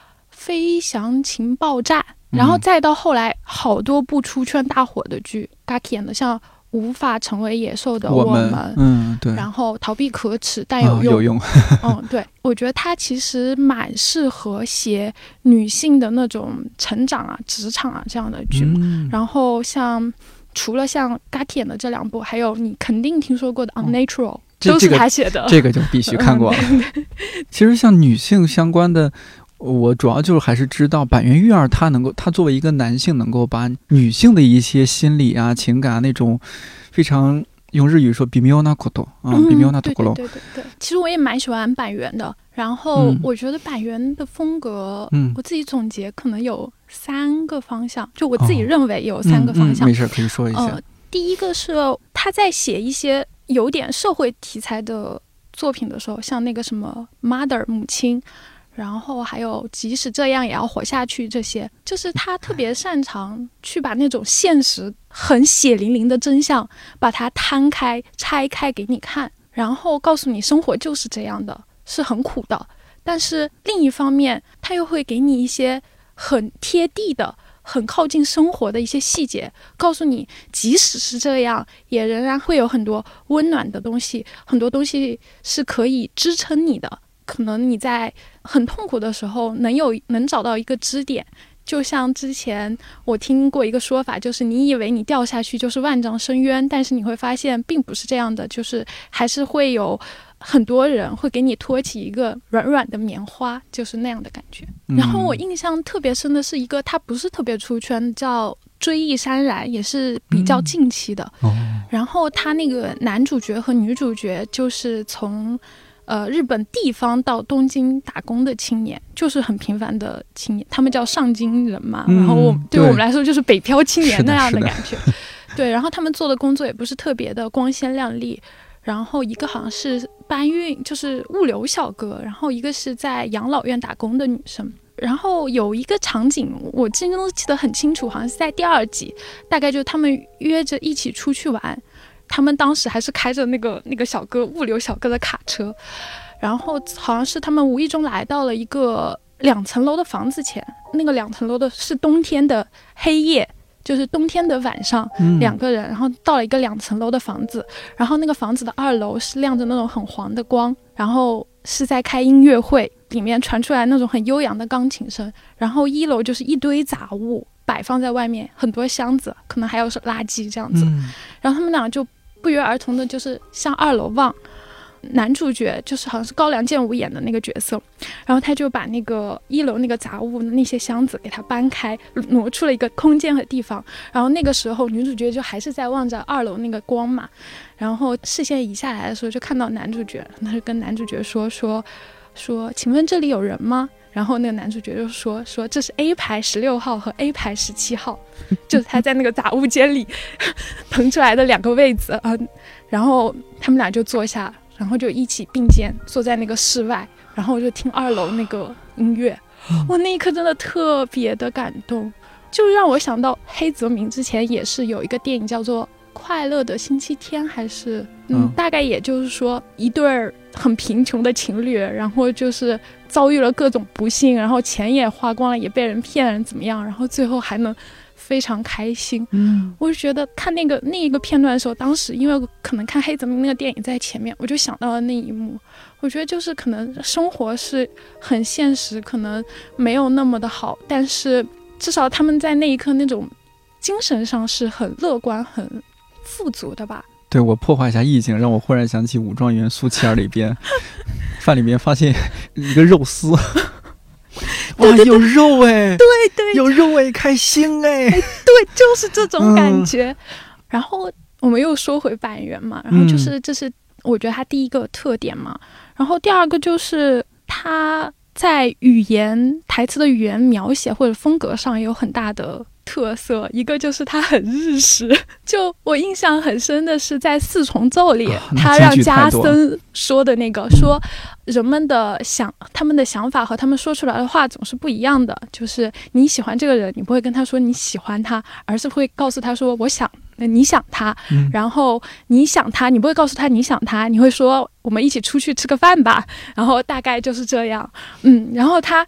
飞翔情报站，然后再到后来好多部出圈大火的剧 Gaki 演的，像无法成为野兽的我 们, 我们嗯对， 然后逃避可耻但有用、 哦、有用嗯对，我觉得他其实蛮适合写女性的那种成长啊职场啊这样的剧、嗯、然后像除了像 Gaki 演的这两部，还有你肯定听说过的 Unnatural、哦、都是他写的、 这个、这个就必须看过了、嗯、其实像女性相关的，我主要就是还是知道板垣育二他能够，他作为一个男性能够把女性的一些心理啊情感啊那种非常用日语说微妙なこと啊，微妙なところ。 对对对对，其实我也蛮喜欢板垣的。然后我觉得板垣的风格，嗯，我自己总结可能有三个方向，就我自己认为有三个方向。 哦嗯嗯、没事，可以说一下、呃。 第一个是他在写一些有点社会题材的作品的时候，像那个什么 Mother 母亲。然后还有即使这样也要活下去，这些就是他特别擅长去把那种现实很血淋淋的真相把它摊开拆开给你看，然后告诉你生活就是这样的，是很苦的。但是另一方面他又会给你一些很贴地的很靠近生活的一些细节，告诉你即使是这样也仍然会有很多温暖的东西，很多东西是可以支撑你的。可能你在很痛苦的时候能有能找到一个支点，就像之前我听过一个说法，就是你以为你掉下去就是万丈深渊，但是你会发现并不是这样的，就是还是会有很多人会给你托起一个软软的棉花，就是那样的感觉、嗯、然后我印象特别深的是一个它不是特别出圈，叫追忆潸然，也是比较近期的、嗯哦、然后他那个男主角和女主角就是从呃，日本地方到东京打工的青年，就是很平凡的青年，他们叫上京人嘛、嗯、然后我对我们来说就是北漂青年那样的感觉。对，然后他们做的工作也不是特别的光鲜亮丽，然后一个好像是搬运，就是物流小哥，然后一个是在养老院打工的女生。然后有一个场景我真的记得很清楚，好像是在第二集，大概就是他们约着一起出去玩，他们当时还是开着那个那个小哥物流小哥的卡车，然后好像是他们无意中来到了一个两层楼的房子前，那个两层楼的是冬天的黑夜，就是冬天的晚上、嗯、两个人然后到了一个两层楼的房子，然后那个房子的二楼是亮着那种很黄的光，然后是在开音乐会，里面传出来那种很悠扬的钢琴声，然后一楼就是一堆杂物摆放在外面，很多箱子，可能还有是垃圾这样子、嗯、然后他们俩就不约而同的就是向二楼望，男主角就是好像是高良健吾演的那个角色，然后他就把那个一楼那个杂物那些箱子给他搬开，挪出了一个空间和地方，然后那个时候女主角就还是在望着二楼那个光嘛，然后视线移下来的时候就看到男主角，他就跟男主角说说说请问这里有人吗？然后那个男主角就说说这是 A 排十六号和 A 排十七号，就是他在那个杂物间里腾出来的两个位子啊、呃，然后他们俩就坐下，然后就一起并肩坐在那个室外，然后就听二楼那个音乐，我那一刻真的特别的感动，就让我想到黑泽明之前也是有一个电影叫做快乐的星期天，还是嗯，嗯大概也就是说一对很贫穷的情侣，然后就是遭遇了各种不幸，然后钱也花光了，也被人骗人怎么样，然后最后还能非常开心。嗯，我就觉得看那个那一个片段的时候，当时因为可能看黑泽明那个电影在前面，我就想到了那一幕。我觉得就是可能生活是很现实，可能没有那么的好，但是至少他们在那一刻那种精神上是很乐观很富足的吧。 对，我破坏一下意境，让我忽然想起武状元苏乞儿里边饭里面发现一个肉丝哇，对对对，有肉哎， 对对， 有肉哎，开心哎， 对，就是这种感觉、嗯、然后我们又说回板垣嘛，然后就是这是我觉得他第一个特点嘛、嗯、然后第二个就是他在语言台词的语言描写或者风格上也有很大的特色，一个就是他很日式，就我印象很深的是在四重奏里、啊、他让加森说的那个说人们的想他们的想法和他们说出来的话总是不一样的，就是你喜欢这个人你不会跟他说你喜欢他，而是会告诉他说我想你想他、嗯、然后你想他你不会告诉他你想他，你会说我们一起出去吃个饭吧，然后大概就是这样。嗯，然后他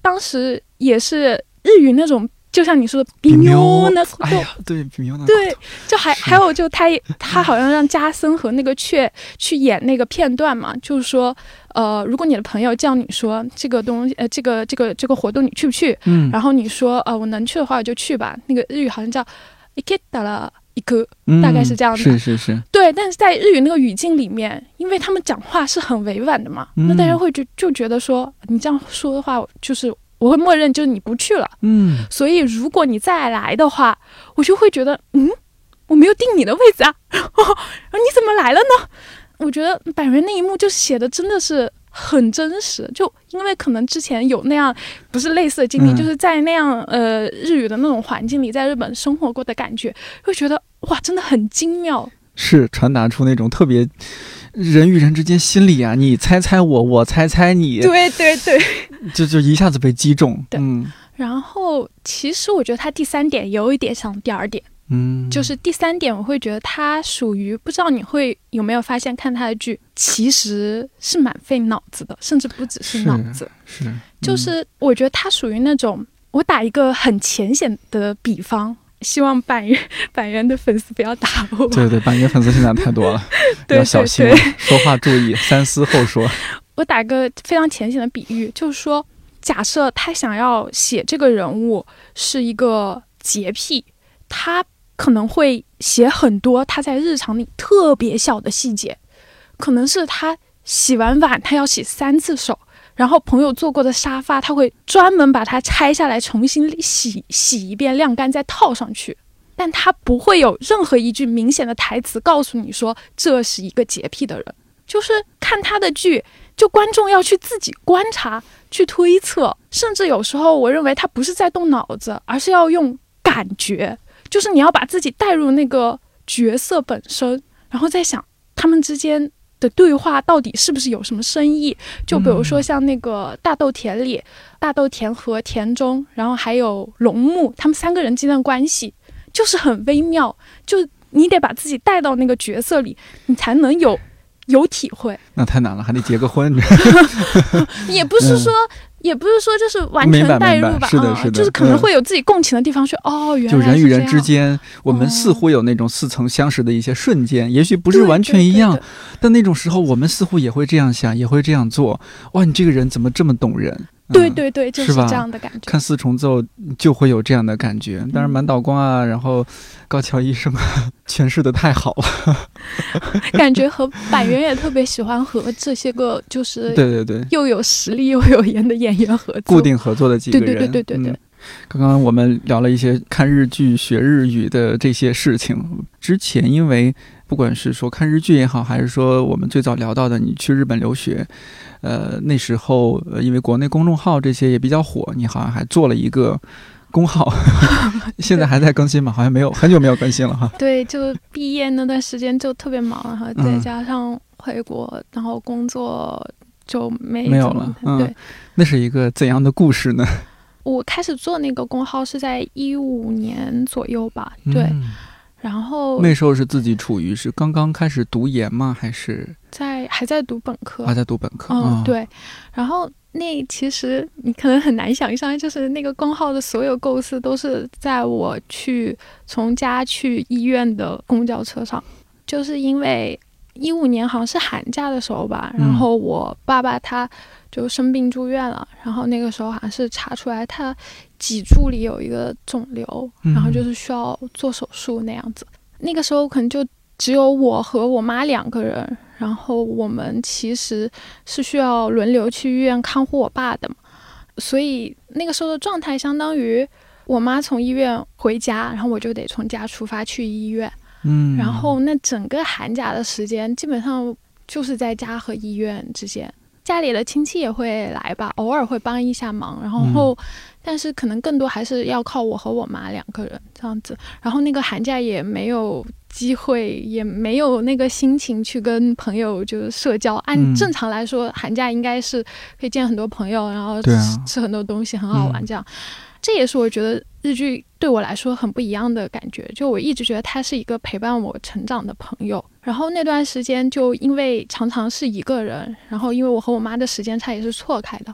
当时也是日语那种，就像你说的微妙なこと， 哎呀，对，微妙なこと， 对，就还还有就他他好像让加森和那个雀去演那个片段嘛，就是说，呃，如果你的朋友叫你说这个东西，呃，这个这个这个活动你去不去？嗯，然后你说，呃，我能去的话我就去吧。那个日语好像叫行けたら行く，大概是这样的。 是是是。 对，但是在日语那个语境里面，因为他们讲话是很委婉的嘛，嗯、那大家会就就觉得说，你这样说的话，就是我会默认就是你不去了。嗯，所以如果你再来的话，我就会觉得，嗯，我没有定你的位置啊，然后你怎么来了呢？我觉得板垣那一幕就写的真的是很真实，就因为可能之前有那样不是类似的经历，嗯、就是在那样呃日语的那种环境里，在日本生活过的感觉，会觉得哇，真的很精妙， 是传达出那种特别人与人之间心理啊，你猜猜我，我猜猜你， 对对对， 就就一下子被击中。 对，嗯。然后其实我觉得他第三点有一点像第二点。嗯，就是第三点，我会觉得它属于不知道你会有没有发现，看他的剧其实是蛮费脑子的，甚至不只是脑子， 是，是就是我觉得它属于那种，我打一个很浅显的比方，希望板垣板垣的粉丝不要打我。 对对，板垣粉丝现在太多了， 对对对， 要小心，说话注意，三思后说。 我打个非常浅显的比喻，就是说，假设他想要写这个人物是一个洁癖，他可能会写很多他在日常里特别小的细节，可能是他洗完碗他要洗三次手，然后朋友坐过的沙发他会专门把它拆下来重新洗洗一遍晾干再套上去，但他不会有任何一句明显的台词告诉你说这是一个洁癖的人。就是看他的剧，就观众要去自己观察去推测，甚至有时候我认为他不是在动脑子，而是要用感觉，就是你要把自己带入那个角色本身，然后再想他们之间的对话到底是不是有什么深意。就比如说像那个大豆田里、嗯、大豆田和田中，然后还有龙木，他们三个人之间的关系就是很微妙，就你得把自己带到那个角色里，你才能有有体会。 那太难了，还得结个婚。 也不是说、嗯也不是说就是完全代入吧， 是的，是的、嗯， 就是可能会有自己共情的地方去、嗯、哦，原来就人与人之间，我们似乎有那种似曾相识的一些瞬间，哦、也许不是完全一样， 对对对对， 但那种时候我们似乎也会这样想，也会这样做。哇，你这个人怎么这么懂人？ 对对对，就是这样的感觉。 看四重奏就会有这样的感觉。当然满岛光啊，然后高桥医生啊，诠释的太好了。 感觉和板垣也特别喜欢和这些个就是对对对又有实力又有颜的演员合作， 固定合作的几个人。 对对对对对对。 嗯，刚刚我们聊了一些看日剧学日语的这些事情。之前因为不管是说看日剧也好，还是说我们最早聊到的你去日本留学，呃，那时候呃因为国内公众号这些也比较火，你好像还做了一个公号，现在还在更新吗？好像没有，很久没有更新了哈。 对，就毕业那段时间就特别忙哈，再加上回国，嗯、然后工作就没没有了。嗯， 对， 那是一个怎样的故事呢？ 我开始做那个公号是在一五年左右吧，对。嗯，然后那时候是自己处于是刚刚开始读研吗？还是在还在读本科？ 还在读本科。 嗯，哦、对。然后那其实你可能很难想象，就是那个公号的所有构思都是在我去从家去医院的公交车上，就是因为一五年好像是寒假的时候吧，然后我爸爸他就生病住院了，然后那个时候好像是查出来他脊柱里有一个肿瘤，然后就是需要做手术那样子。那个时候可能就只有我和我妈两个人，然后我们其实是需要轮流去医院看护我爸的嘛，所以那个时候的状态相当于我妈从医院回家，然后我就得从家出发去医院。嗯，然后那整个寒假的时间基本上就是在家和医院之间，家里的亲戚也会来吧，偶尔会帮一下忙，然后、嗯、但是可能更多还是要靠我和我妈两个人这样子。然后那个寒假也没有机会，也没有那个心情去跟朋友就是社交。按正常来说、嗯、寒假应该是可以见很多朋友，然后 吃,、啊、吃很多东西，很好玩这样、嗯、这也是我觉得日剧对我来说很不一样的感觉，就我一直觉得他是一个陪伴我成长的朋友。然后那段时间就因为常常是一个人，然后因为我和我妈的时间差也是错开的，那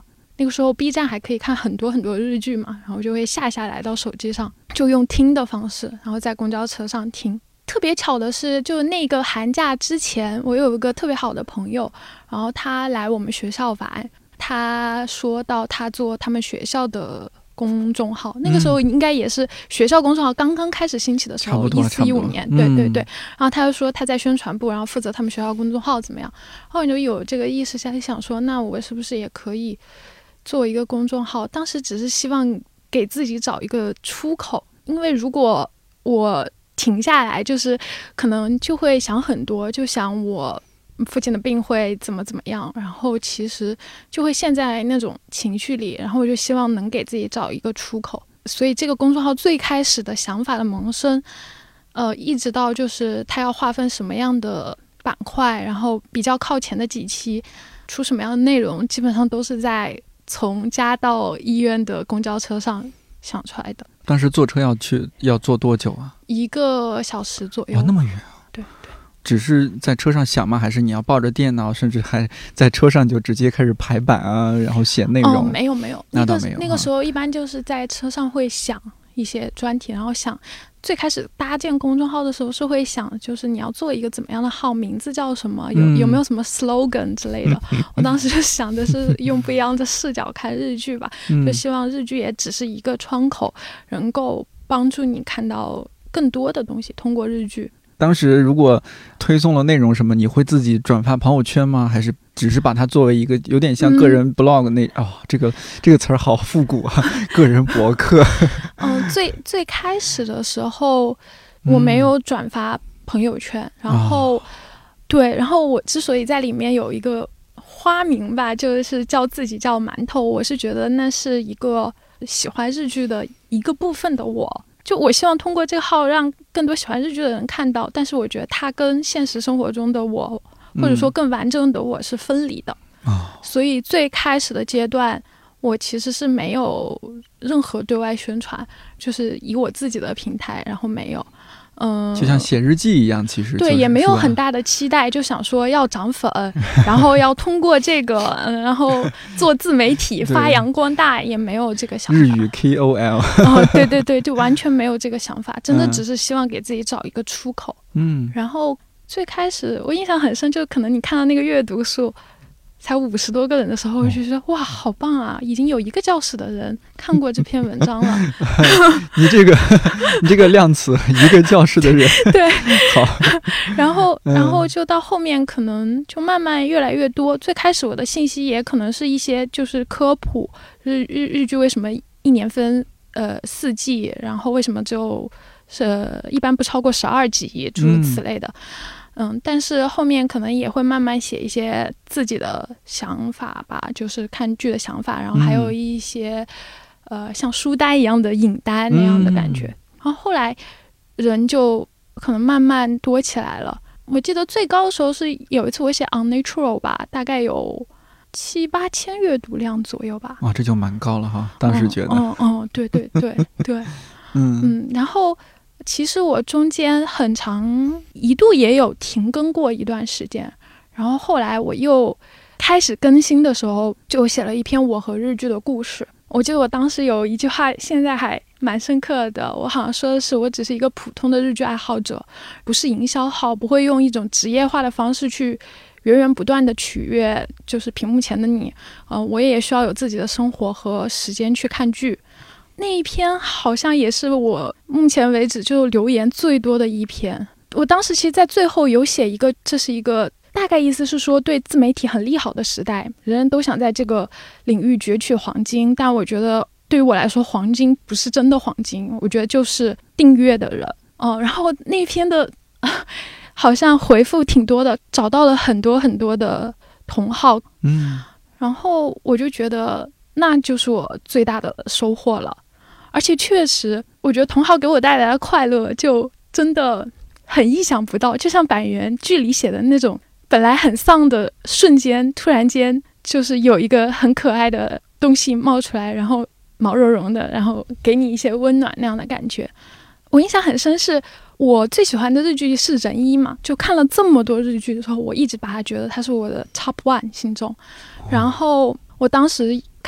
那个时候 B 站还可以看很多很多日剧嘛，然后就会下下来到手机上，就用听的方式，然后在公交车上听。特别巧的是，就那个寒假之前，我有一个特别好的朋友，然后他来我们学校玩，他说到他做他们学校的公众号，那个时候应该也是学校公众号刚刚开始兴起的时候，一四一五年，对对对。然后他就说他在宣传部，然后负责他们学校公众号怎么样。后来就有这个意识下，想说那我是不是也可以做一个公众号？当时只是希望给自己找一个出口，因为如果我停下来，就是可能就会想很多，就想我父亲的病会怎么怎么样，然后其实就会陷在那种情绪里，然后我就希望能给自己找一个出口。所以这个公众号最开始的想法的萌生，呃，一直到就是它要划分什么样的板块，然后比较靠前的几期出什么样的内容，基本上都是在从家到医院的公交车上想出来的。 当时坐车要去要坐多久啊？ 一个小时左右。 哇，那么远啊！ 对对。 只是在车上想吗？还是你要抱着电脑，甚至还在车上就直接开始排版啊，然后写内容？ 哦，没有没有， 那倒没有。 那个时候一般就是在车上会想一些专题，然后想最开始搭建公众号的时候是会想，就是你要做一个怎么样的号，名字叫什么，有有没有什么 slogan 之类的。我当时就想的是用不一样的视角看日剧吧，就希望日剧也只是一个窗口，能够帮助你看到更多的东西，通过日剧。 当时如果推送了内容什么，你会自己转发朋友圈吗？还是只是把它作为一个有点像个人 blog 那、嗯、哦，这个这个词儿好复古啊，个人博客。 嗯，最最开始的时候我没有转发朋友圈，嗯、然后、哦、对，然后我之所以在里面有一个花名吧，就是叫自己叫馒头，我是觉得那是一个喜欢日剧的一个部分的我。就我希望通过这个号让更多喜欢日剧的人看到，但是我觉得它跟现实生活中的我，或者说更完整的我是分离的、嗯、所以最开始的阶段我其实是没有任何对外宣传，就是以我自己的平台，然后没有嗯， 就像写日记一样，其实、就是、 对，也没有很大的期待，就想说要涨粉然后要通过这个、嗯、然后做自媒体发扬光大，也没有这个想法。 日语 K O L 哦，对对对，就完全没有这个想法，真的只是希望给自己找一个出口。 嗯， 然后最开始我印象很深，就可能你看到那个阅读数才五十多个人的时候，我就觉得、哦、哇，好棒啊！已经有一个教室的人看过这篇文章了。 你这个，你这个量词，一个教室的人， 对， 好。 然后，然后就到后面可能就慢慢越来越多。最开始我的信息也可能是一些就是科普，日日日剧为什么一年分呃四季，然后为什么只有是一般不超过十二集，诸如此类的。嗯嗯，但是后面可能也会慢慢写一些自己的想法吧，就是看剧的想法，然后还有一些、嗯、呃像书呆一样的影单那样的感觉、嗯、然后后来人就可能慢慢多起来了。我记得最高的时候是有一次我写 Unnatural 吧，大概有七八千阅读量左右吧。 哇，这就蛮高了哈，当时觉得嗯嗯、嗯，对对对对嗯嗯，然后其实我中间很长一度也有停更过一段时间，然后后来我又开始更新的时候，就写了一篇我和日剧的故事。我记得我当时有一句话现在还蛮深刻的，我好像说的是我只是一个普通的日剧爱好者，不是营销号，不会用一种职业化的方式去源源不断的取悦就是屏幕前的你、呃、我也需要有自己的生活和时间去看剧。那一篇好像也是我目前为止就留言最多的一篇。我当时其实在最后有写一个，这是一个大概意思是说对自媒体很利好的时代，人人都想在这个领域攫取黄金，但我觉得对于我来说黄金不是真的黄金，我觉得就是订阅的人、呃、然后那篇的好像回复挺多的，找到了很多很多的同好， 嗯， 然后我就觉得那就是我最大的收获了。而且确实我觉得同好给我带来的快乐就真的很意想不到，就像板垣剧里写的那种本来很丧的瞬间，突然间就是有一个很可爱的东西冒出来，然后毛茸茸的，然后给你一些温暖那样的感觉。我印象很深，是我最喜欢的日剧是仁一嘛，就看了这么多日剧的时候，我一直把它觉得它是我的 top one 心中。然后我当时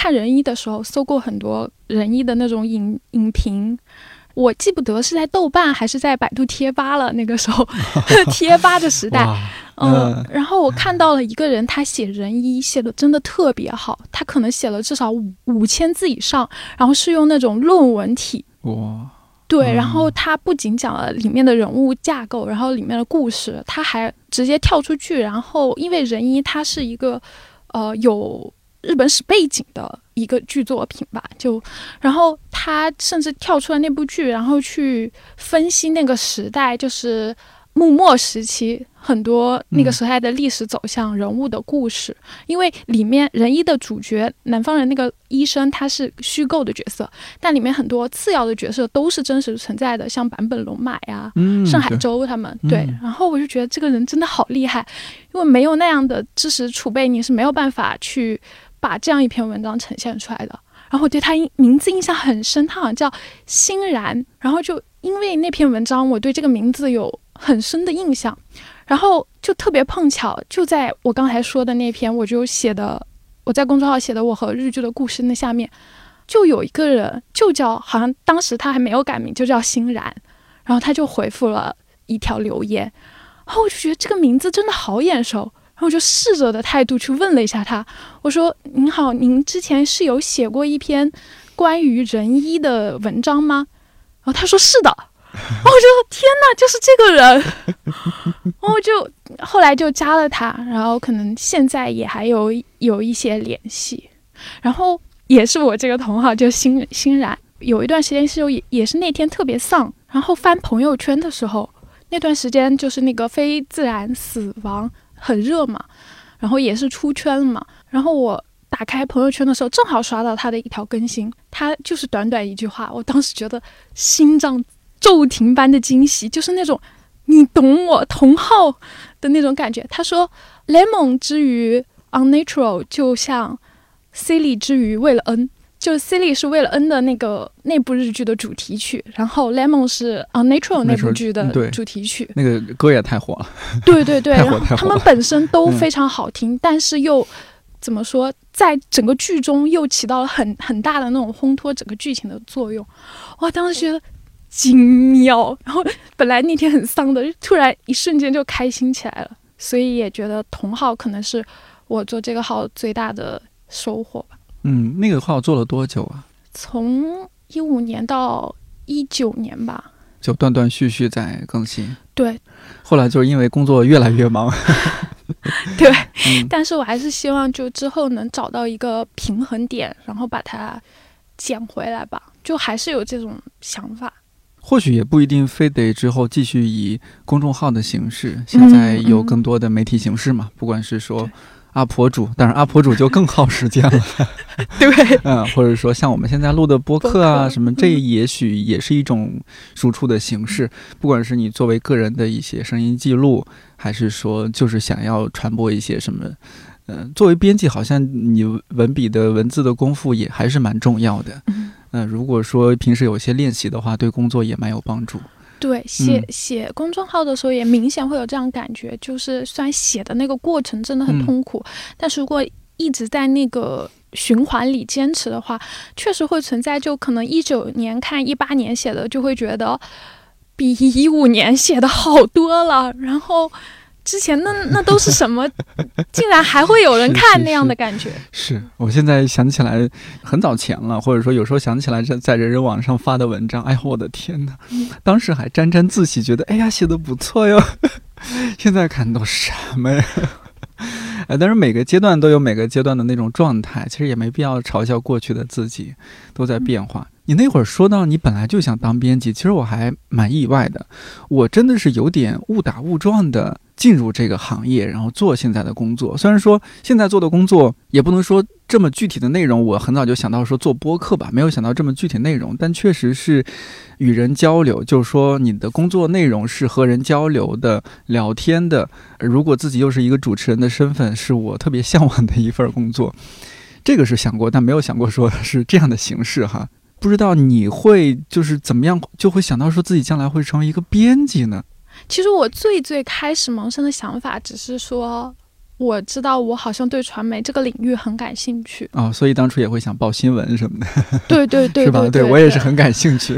看人医的时候搜过很多人医的那种影影评，我记不得是在豆瓣还是在百度贴吧了，那个时候贴吧的时代。嗯，然后我看到了一个人，他写人医写的真的特别好，他可能写了至少五五千字以上，然后是用那种论文体。 哇， 对，然后他不仅讲了里面的人物架构，然后里面的故事，他还直接跳出去，然后因为人医它是一个呃有日本史背景的一个剧作品吧，就然后他甚至跳出了那部剧，然后去分析那个时代，就是幕末时期很多那个时代的历史走向、人物的故事。嗯、因为里面人医的主角南方人那个医生他是虚构的角色，但里面很多次要的角色都是真实存在的，像坂本龙马呀、嗯、盛海洲他们。对、嗯，然后我就觉得这个人真的好厉害，因为没有那样的知识储备，你是没有办法去把这样一篇文章呈现出来的。然后我对他名字印象很深，他好像叫欣然，然后就因为那篇文章我对这个名字有很深的印象，然后就特别碰巧，就在我刚才说的那篇我就写的我在公众号写的我和日剧的故事那下面就有一个人就叫，好像当时他还没有改名，就叫欣然，然后他就回复了一条留言，然后我就觉得这个名字真的好眼熟，然后我就试着的态度去问了一下他，我说您好，您之前是有写过一篇关于人医的文章吗？然后他说是的，然后我就天哪，就是这个人，然后就后来就加了他，然后可能现在也还有有一些联系，然后也是我这个同号就欣欣然，有一段时间是也也是那天特别丧，然后翻朋友圈的时候，那段时间就是那个非自然死亡很热嘛，然后也是出圈了嘛，然后我打开朋友圈的时候正好刷到他的一条更新，他就是短短一句话，我当时觉得心脏骤停般的惊喜，就是那种你懂我同号的那种感觉。他说 Lemon 之于 Unnatural 就像 Silly 之于为了 N， 就 Silly 是为了 N 的那个那部日剧的主题曲，然后 Lemon 是 Unnatural 那部剧的主题曲， 那个歌也太火了。 对对对，然后他们本身都非常好听、嗯、但是又怎么说，在整个剧中又起到了很很大的那种烘托整个剧情的作用。哇，当时觉得精妙，然后本来那天很丧的，突然一瞬间就开心起来了，所以也觉得同号可能是我做这个号最大的收获吧。 嗯，那个号做了多久啊？ 从一五年到一九年吧， 就断断续续在更新。 对， 后来就是因为工作越来越忙。 对、嗯，但是我还是希望就之后能找到一个平衡点，然后把它捡回来吧，就还是有这种想法。 或许也不一定非得之后继续以公众号的形式，现在有更多的媒体形式嘛，嗯嗯、不管是说阿婆主，当然阿婆主就更耗时间了。 对， 嗯，或者说像我们现在录的播客啊，什么，这也许也是一种输出的形式。嗯、不管是你作为个人的一些声音记录，还是说就是想要传播一些什么，嗯、呃，作为编辑，好像你文笔的文字的功夫也还是蛮重要的。嗯、呃，如果说平时有些练习的话，对工作也蛮有帮助。 对，写写公众号的时候也明显会有这样感觉，就是虽然写的那个过程真的很痛苦，嗯、但是如果一直在那个循环里坚持的话，确实会存在，就可能一九年看一八年写的，就会觉得比一五年写的好多了，然后之前那那都是什么，竟然还会有人看那样的感觉。 是, 是, 是, 是我现在想起来很早前了，或者说有时候想起来在人人网上发的文章，哎呀我的天哪，嗯、当时还沾沾自喜，觉得哎呀写得不错哟。现在看都什么呀？哎，但是每个阶段都有每个阶段的那种状态，其实也没必要嘲笑过去的自己，都在变化。嗯、你那会儿说到你本来就想当编辑，其实我还蛮意外的，我真的是有点误打误撞的进入这个行业，然后做现在的工作。虽然说现在做的工作也不能说这么具体的内容，我很早就想到说做播客吧，没有想到这么具体内容，但确实是与人交流，就是说你的工作内容是和人交流的、聊天的。如果自己又是一个主持人的身份，是我特别向往的一份工作。这个是想过，但没有想过说是这样的形式哈。不知道你会就是怎么样就会想到说自己将来会成为一个编辑呢？ 其实我最最开始萌生的想法只是说我知道我好像对传媒这个领域很感兴趣哦，所以当初也会想报新闻什么的。 对对 对, 对, 是吧？ 对, 对, 对我也是很感兴趣。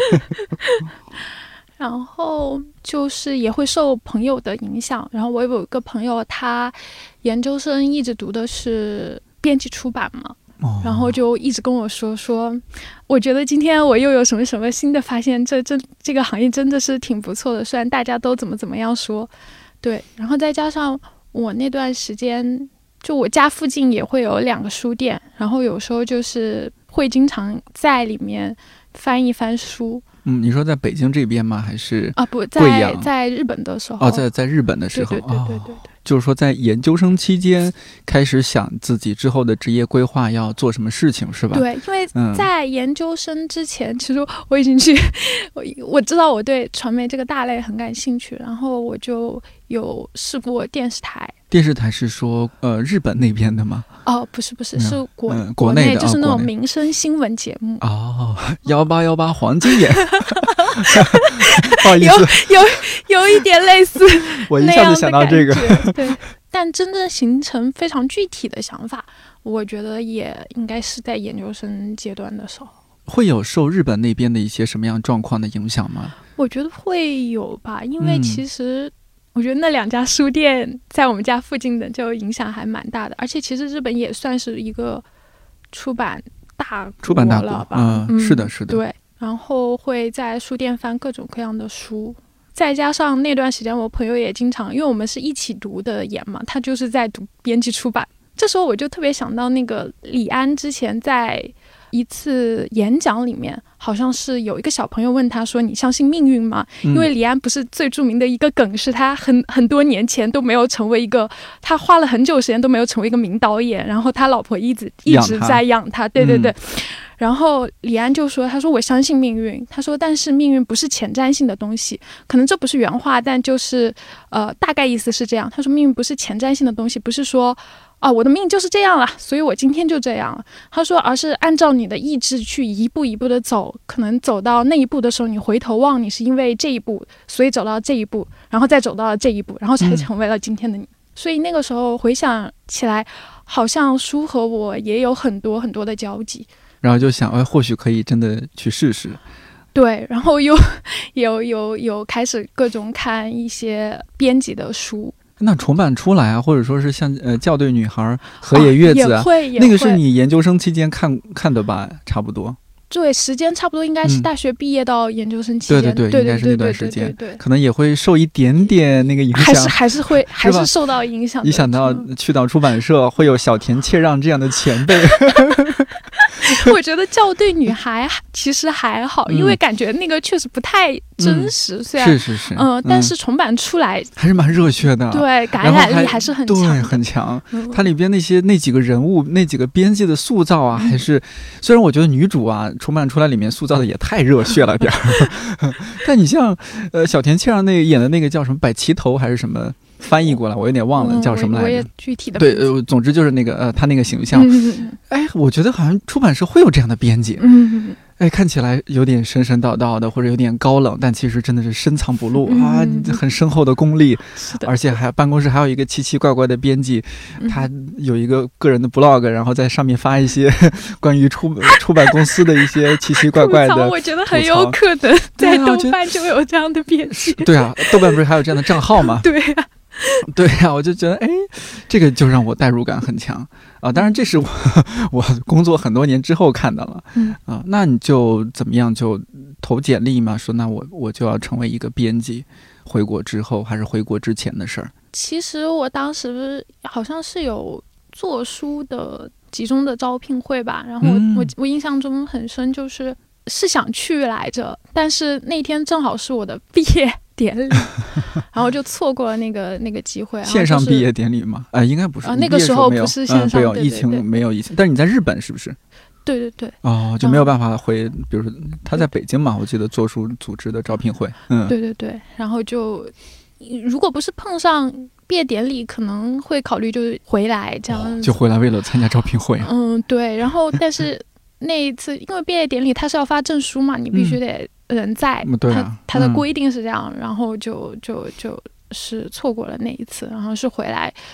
然后就是也会受朋友的影响，然后我有一个朋友，他研究生一直读的是编辑出版嘛，哦、然后就一直跟我说说，我觉得今天我又有什么什么新的发现，这这这个行业真的是挺不错的，虽然大家都怎么怎么样说，对，然后再加上我那段时间，就我家附近也会有两个书店，然后有时候就是会经常在里面翻一翻书。 嗯，你说在北京这边吗？还是啊不在在日本的时候？ 哦，在在日本的时候， 对对对对对对、哦， 就是说在研究生期间开始想自己之后的职业规划要做什么事情，是吧？ 对，因为在研究生之前，嗯、其实我已经去，我我知道我对传媒这个大类很感兴趣，然后我就有试过电视台。 电视台是说呃日本那边的吗？ 哦，不是不是，是国、 嗯、国内的， 就是那种民生新闻节目。 哦，幺八幺八黄金眼。不好意思， 有有有一点类似， 我一下子想到这个。 对，但真正形成非常具体的想法，我觉得也应该是在研究生阶段的时候。 会有受日本那边的一些什么样状况的影响吗？ 我觉得会有吧，因为其实我觉得那两家书店在我们家附近的就影响还蛮大的，而且其实日本也算是一个出版大国出版大了吧？ 嗯， 嗯是的，是的， 对。然后会在书店翻各种各样的书，再加上那段时间我朋友也经常，因为我们是一起读的研嘛，他就是在读编辑出版。这时候我就特别想到那个李安之前在一次演讲里面，好像是有一个小朋友问他说你相信命运吗？因为李安不是最著名的一个梗是他很很多年前都没有成为一个，他花了很久时间都没有成为一个名导演，然后他老婆一直一直在养他，对对对、嗯，然后李安就说他说我相信命运，他说但是命运不是前瞻性的东西，可能这不是原话，但就是呃大概意思是这样，他说命运不是前瞻性的东西，不是说啊，我的命就是这样了，所以我今天就这样了。他说，而是按照你的意志去一步一步的走，可能走到那一步的时候，你回头望，你是因为这一步，所以走到这一步，然后再走到了这一步，然后才成为了今天的你。嗯、所以那个时候回想起来，好像书和我也有很多很多的交集。 然后就想，哎，或许可以真的去试试。 对，然后又有有有开始各种看一些编辑的书。 那重版出来啊，或者说是像呃校对女孩、河野月子啊， 哦、也会也会那个是你研究生期间看看的吧？差不多。 对，时间差不多应该是大学毕业到研究生期间， 嗯、对对对， 应该是那段时间， 对对对对， 可能也会受一点点那个影响， 还是还是会还是受到影响的。 一想到去到出版社会有小田切让这样的前辈。 我觉得校对女孩其实还好、嗯、因为感觉那个确实不太真实、嗯、虽然是是是嗯、呃，但是重版出来、 嗯、还是蛮热血的， 对，感染力还是很强， 对，很强、嗯、它里边那些那几个人物那几个编辑的塑造啊、嗯、还是虽然我觉得女主啊重版出来里面塑造的也太热血了点儿但你像呃小田切让那个演的那个叫什么百齐头还是什么翻译过来我有点忘了、嗯、叫什么来着， 我也具体的对呃，总之就是那个呃他那个形象、嗯、哎我觉得好像出版社会有这样的编辑，嗯，哎看起来有点神神叨叨的或者有点高冷，但其实真的是深藏不露、嗯、啊，很深厚的功力， 是的， 而且还办公室还有一个奇奇怪怪的编辑、嗯、他有一个个人的 blog， 然后在上面发一些关于出出版公司的一些奇奇怪怪的我觉得很有可能在豆瓣就有这样的编辑， 对啊，豆瓣不是还有这样的账号吗？ 对啊对呀、啊，我就觉得，哎，这个就让我代入感很强啊！当然，这是我我工作很多年之后看到了，嗯啊，那你就怎么样就投简历嘛？说那我我就要成为一个编辑，回国之后还是回国之前的事儿？ 其实我当时好像是有做书的集中的招聘会吧，然后我、嗯、我我印象中很深，就是是想去来着，但是那天正好是我的毕业典礼，然后就错过了那个那个机会。 线上毕业典礼吗？啊、呃，应该不是。 啊，那个时候不是线上， 没有、嗯、疫情，没有疫情。但是你在日本是不是？ 对对对。 哦，就没有办法回，嗯、比如说他在北京嘛，我记得做书组织的招聘会。嗯， 对对对。然后就如果不是碰上毕业典礼，可能会考虑就是回来这样、哦。 就回来为了参加招聘会。 嗯，对。然后，但是那一次因为毕业典礼他是要发证书嘛，你必须得。嗯人在， 嗯对啊、 他他的规定是这样、嗯，然后就就就是错过了那一次，然后是回来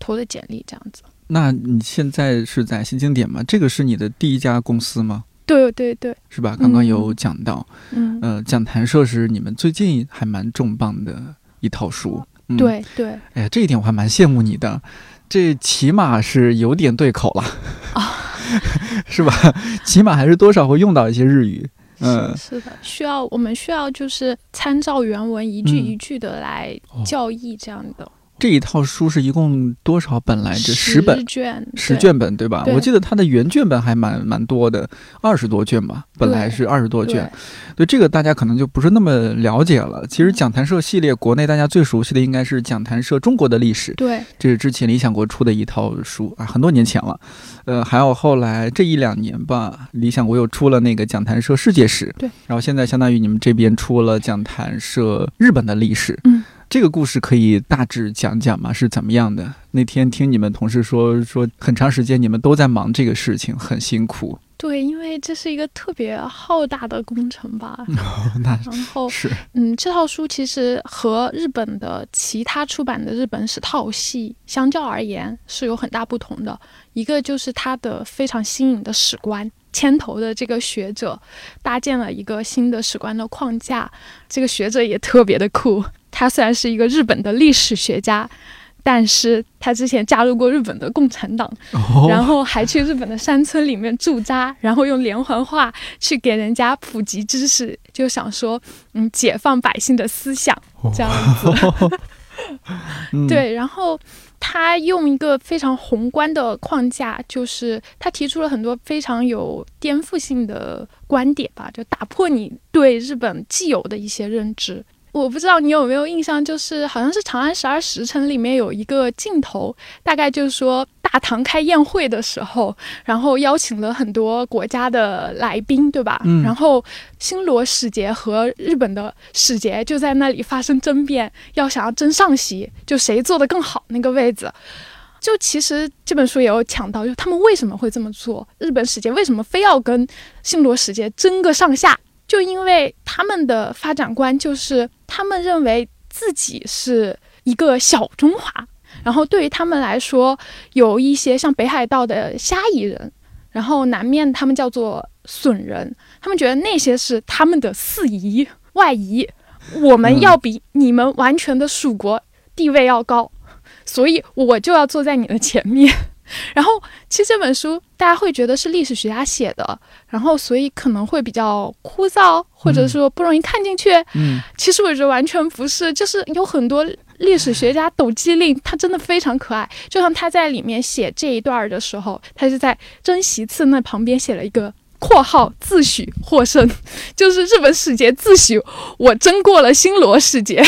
投的简历这样子。 那你现在是在新经典吗？这个是你的第一家公司吗？ 对对对， 是吧？刚刚有讲到， 嗯， 呃，讲坛社是你们最近还蛮重磅的一套书。嗯、 对对， 哎呀，这一点我还蛮羡慕你的，这起码是有点对口了啊，是吧？起码还是多少会用到一些日语。嗯， 是, 是的，需要我们需要就是参照原文一句一句的来校译这样的。 嗯哦，这一套书是一共多少本来着？十本， 十卷， 十卷本对吧？ 对， 我记得它的原卷本还蛮蛮多的，二十多卷吧，本来是二十多卷。对，对这个大家可能就不是那么了解了。其实讲坛社系列，国内大家最熟悉的应该是讲坛社中国的历史， 对， 这是之前理想国出的一套书啊，很多年前了。呃，还有后来这一两年吧，理想国又出了那个讲坛社世界史， 对， 然后现在相当于你们这边出了讲坛社日本的历史， 嗯。 这个故事可以大致讲讲吗？是怎么样的？那天听你们同事说，说很长时间你们都在忙这个事情，很辛苦。 对，因为这是一个特别浩大的工程吧。 哦、那然后是， 嗯，这套书其实和日本的其他出版的日本史套系相较而言是有很大不同的。一个就是它的非常新颖的史观。牵头的这个学者搭建了一个新的史观的框架，这个学者也特别的酷。他虽然是一个日本的历史学家，但是他之前加入过日本的共产党， 哦、 然后还去日本的山村里面驻扎，然后用连环画去给人家普及知识，就想说嗯，解放百姓的思想这样子、哦嗯、对，然后他用一个非常宏观的框架，就是他提出了很多非常有颠覆性的观点吧，就打破你对日本既有的一些认知。我不知道你有没有印象，就是好像是《长安十二时辰》里面有一个镜头，大概就是说大唐开宴会的时候，然后邀请了很多国家的来宾，对吧？ 嗯、 然后新罗使节和日本的使节就在那里发生争辩，要想要争上席，就谁坐得更好那个位子。就其实这本书也有讲到，就他们为什么会这么做，日本使节为什么非要跟新罗使节争个上下。就因为他们的发展观就是他们认为自己是一个小中华，然后对于他们来说有一些像北海道的虾夷人，然后南面他们叫做损人，他们觉得那些是他们的四夷外夷，我们要比你们完全的属国地位要高，所以我就要坐在你的前面。然后其实这本书大家会觉得是历史学家写的，然后所以可能会比较枯燥，或者说不容易看进去。 嗯， 其实我觉得完全不是，就是有很多历史学家抖机灵，他真的非常可爱。就像他在里面写这一段的时候，他是在珍惜次那旁边写了一个括号自诩获胜，就是日本使节自诩我争过了新罗使节。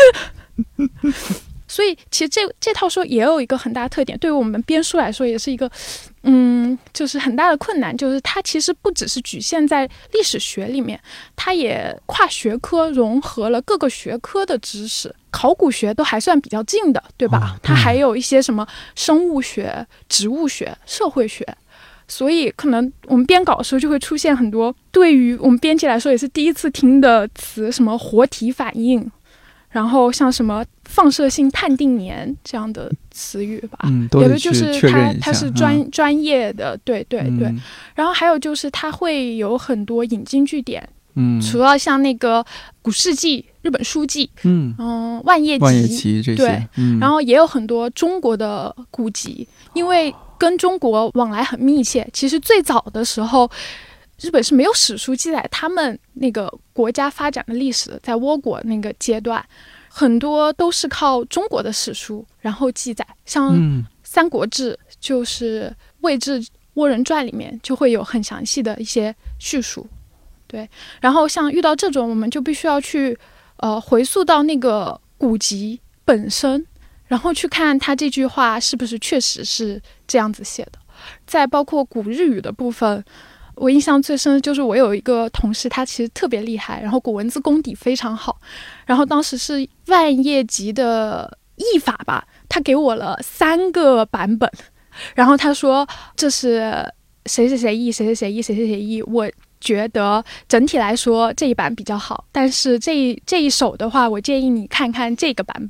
所以其实这这套书也有一个很大的特点，对于我们编书来说也是一个嗯，就是很大的困难，就是它其实不只是局限在历史学里面，它也跨学科融合了各个学科的知识，考古学都还算比较近的，对吧？它还有一些什么生物学、植物学、社会学，所以可能我们编稿的时候就会出现很多对于我们编辑来说也是第一次听的词，什么活体反应，然后像什么放射性碳定年这样的词语吧， 嗯，都得去确认一下， 它它是专、嗯、专业的，对对对、 嗯。 然后还有就是它会有很多引经据典， 嗯， 除了像那个古事记、日本书记， 嗯嗯、呃，万叶集、 万叶集这些， 对、 嗯， 然后也有很多中国的古籍，因为跟中国往来很密切。其实最早的时候，日本是没有史书记载他们那个国家发展的历史的，在倭国那个阶段。很多都是靠中国的史书然后记载，像《三国志》就是《魏志倭人传》里面就会有很详细的一些叙述，对。然后像遇到这种，我们就必须要去呃回溯到那个古籍本身，然后去看他这句话是不是确实是这样子写的。再包括古日语的部分，我印象最深的就是我有一个同事，他其实特别厉害，然后古文字功底非常好，然后当时是万叶集的译法吧，他给我了三个版本，然后他说这是谁谁谁译，谁谁谁译，谁谁谁译，我觉得整体来说这一版比较好，但是这一这一首的话，我建议你看看这个版本。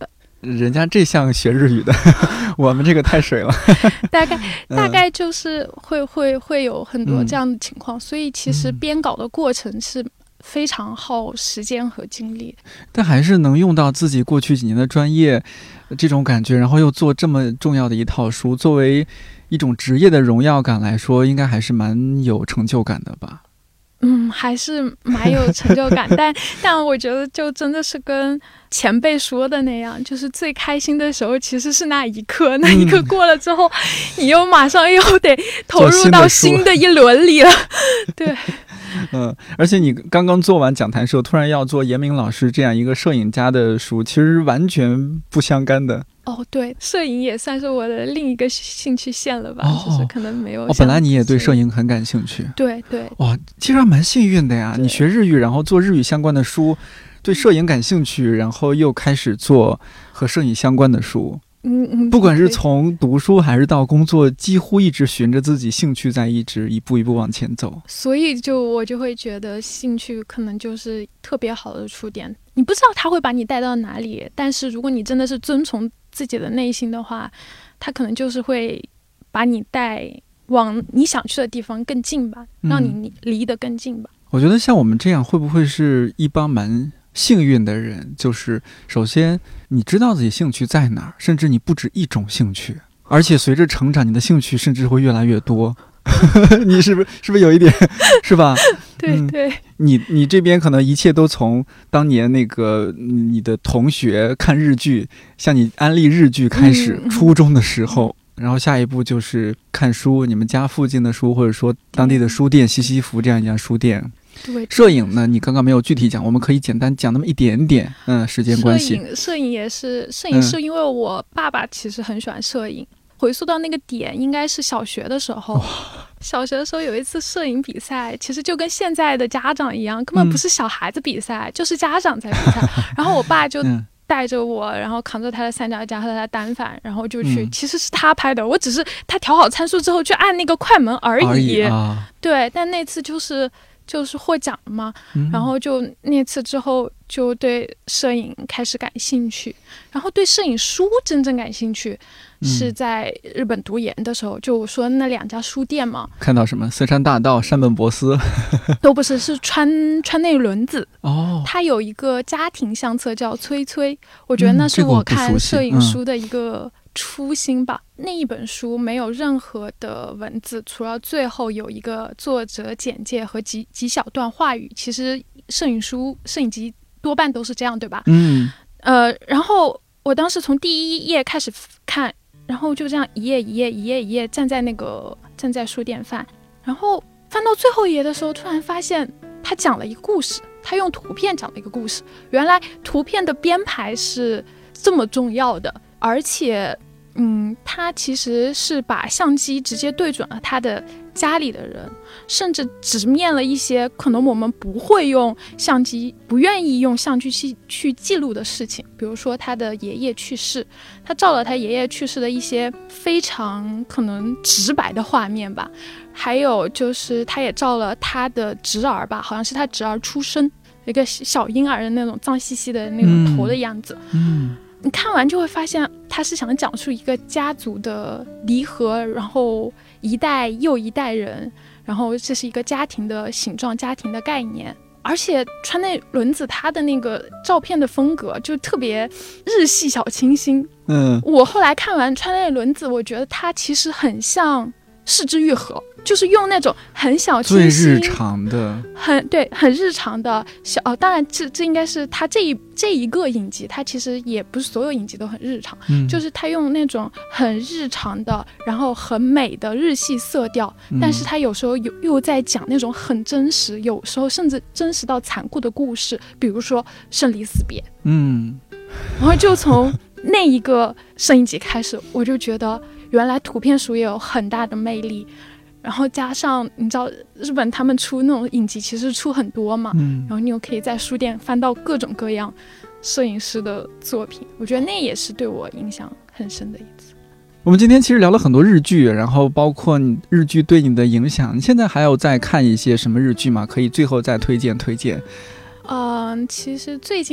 人家这像学日语的，我们这个太水了。 大概大概就是会会会有很多这样的情况，嗯、所以其实编稿的过程是非常耗时间和精力， 但还是能用到自己过去几年的专业这种感觉，然后又做这么重要的一套书，作为一种职业的荣耀感来说，应该还是蛮有成就感的吧。 嗯，还是蛮有成就感，但但我觉得就真的是跟前辈说的那样，就是最开心的时候其实是那一刻，那一刻过了之后，嗯、你又马上又得投入到新的一轮里了。对， 嗯，而且你刚刚做完讲坛社，突然要做严明老师这样一个摄影家的书，其实完全不相干的。 哦，对，摄影也算是我的另一个兴趣线了吧，哦、就是可能没有。 哦，本来你也对摄影很感兴趣。 对对。 哇，其实还蛮幸运的呀！你学日语，然后做日语相关的书，对摄影感兴趣，然后又开始做和摄影相关的书。 嗯嗯。 不管是从读书还是到工作，几乎一直循着自己兴趣在一直一步一步往前走。 所以就我就会觉得兴趣可能就是特别好的出点。你不知道他会把你带到哪里，但是如果你真的是遵从自己的内心的话，他可能就是会把你带往你想去的地方更近吧，让你离得更近吧。 嗯、我觉得像我们这样会不会是一帮蛮幸运的人，就是首先你知道自己兴趣在哪儿，甚至你不止一种兴趣，而且随着成长你的兴趣甚至会越来越多。你是不是是不是有一点是吧？ 对对、嗯、 你你这边可能一切都从当年那个你的同学看日剧向你安利日剧开始，嗯、初中的时候，然后下一步就是看书，你们家附近的书，或者说当地的书店，西西弗这样一家书店。 对， 摄影呢，你刚刚没有具体讲，我们可以简单讲那么一点点。嗯，时间关系。 摄影，摄影也是，摄影是因为我爸爸其实很喜欢摄影。嗯、回溯到那个点，应该是小学的时候。小学的时候有一次摄影比赛，其实就跟现在的家长一样，根本不是小孩子比赛，嗯、就是家长在比赛。然后我爸就带着我，然后扛着他的三脚架和他的单反，然后就去。嗯、其实是他拍的，我只是他调好参数之后去按那个快门而已。而已啊、对，但那次就是就是获奖了嘛，嗯、然后就那次之后就对摄影开始感兴趣，然后对摄影书真正感兴趣。是在日本读研的时候，就我说那两家书店嘛， 看到什么森山大道、山本博司都不是，是川川内轮子哦。 他有一个家庭相册叫《崔崔》，我觉得那是我看摄影书的一个初心吧。嗯、那一本书没有任何的文字，除了最后有一个作者简介和几几小段话语。其实摄影书、摄影集多半都是这样，对吧？ 嗯。 呃，然后我当时从第一页开始看。然后就这样一页一页一页一页站在那个站在书店翻，然后翻到最后一页的时候，突然发现他讲了一个故事，他用图片讲了一个故事。原来图片的编排是这么重要的，而且，嗯，他其实是把相机直接对准了他的家里的人，甚至直面了一些可能我们不会用相机、不愿意用相机去去记录的事情，比如说他的爷爷去世，他照了他爷爷去世的一些非常可能直白的画面吧，还有就是他也照了他的侄儿吧，好像是他侄儿出生，一个小婴儿的那种脏兮兮的那种头的样子。 嗯。嗯， 你看完就会发现，他是想讲述一个家族的离合，然后一代又一代人，然后这是一个家庭的形状、家庭的概念。而且川内轮子他的那个照片的风格就特别日系小清新。 嗯， 我后来看完川内轮子，我觉得他其实很像是枝裕和，就是用那种很小清新、 最日常的， 很对，很日常的小。哦，当然这这应该是他这一这一个影集，他其实也不是所有影集都很日常，嗯、就是他用那种很日常的，然后很美的日系色调，嗯、但是他有时候有又在讲那种很真实，有时候甚至真实到残酷的故事，比如说生离死别。 嗯， 然后就从那一个摄影集开始，我就觉得原来图片书也有很大的魅力。然后加上你知道日本他们出那种影集其实出很多嘛，嗯、然后你又可以在书店翻到各种各样摄影师的作品，我觉得那也是对我影响很深的一次。 我们今天其实聊了很多日剧，然后包括日剧对你的影响，你现在还有在看一些什么日剧吗？可以最后再推荐推荐。 嗯、呃，其实最近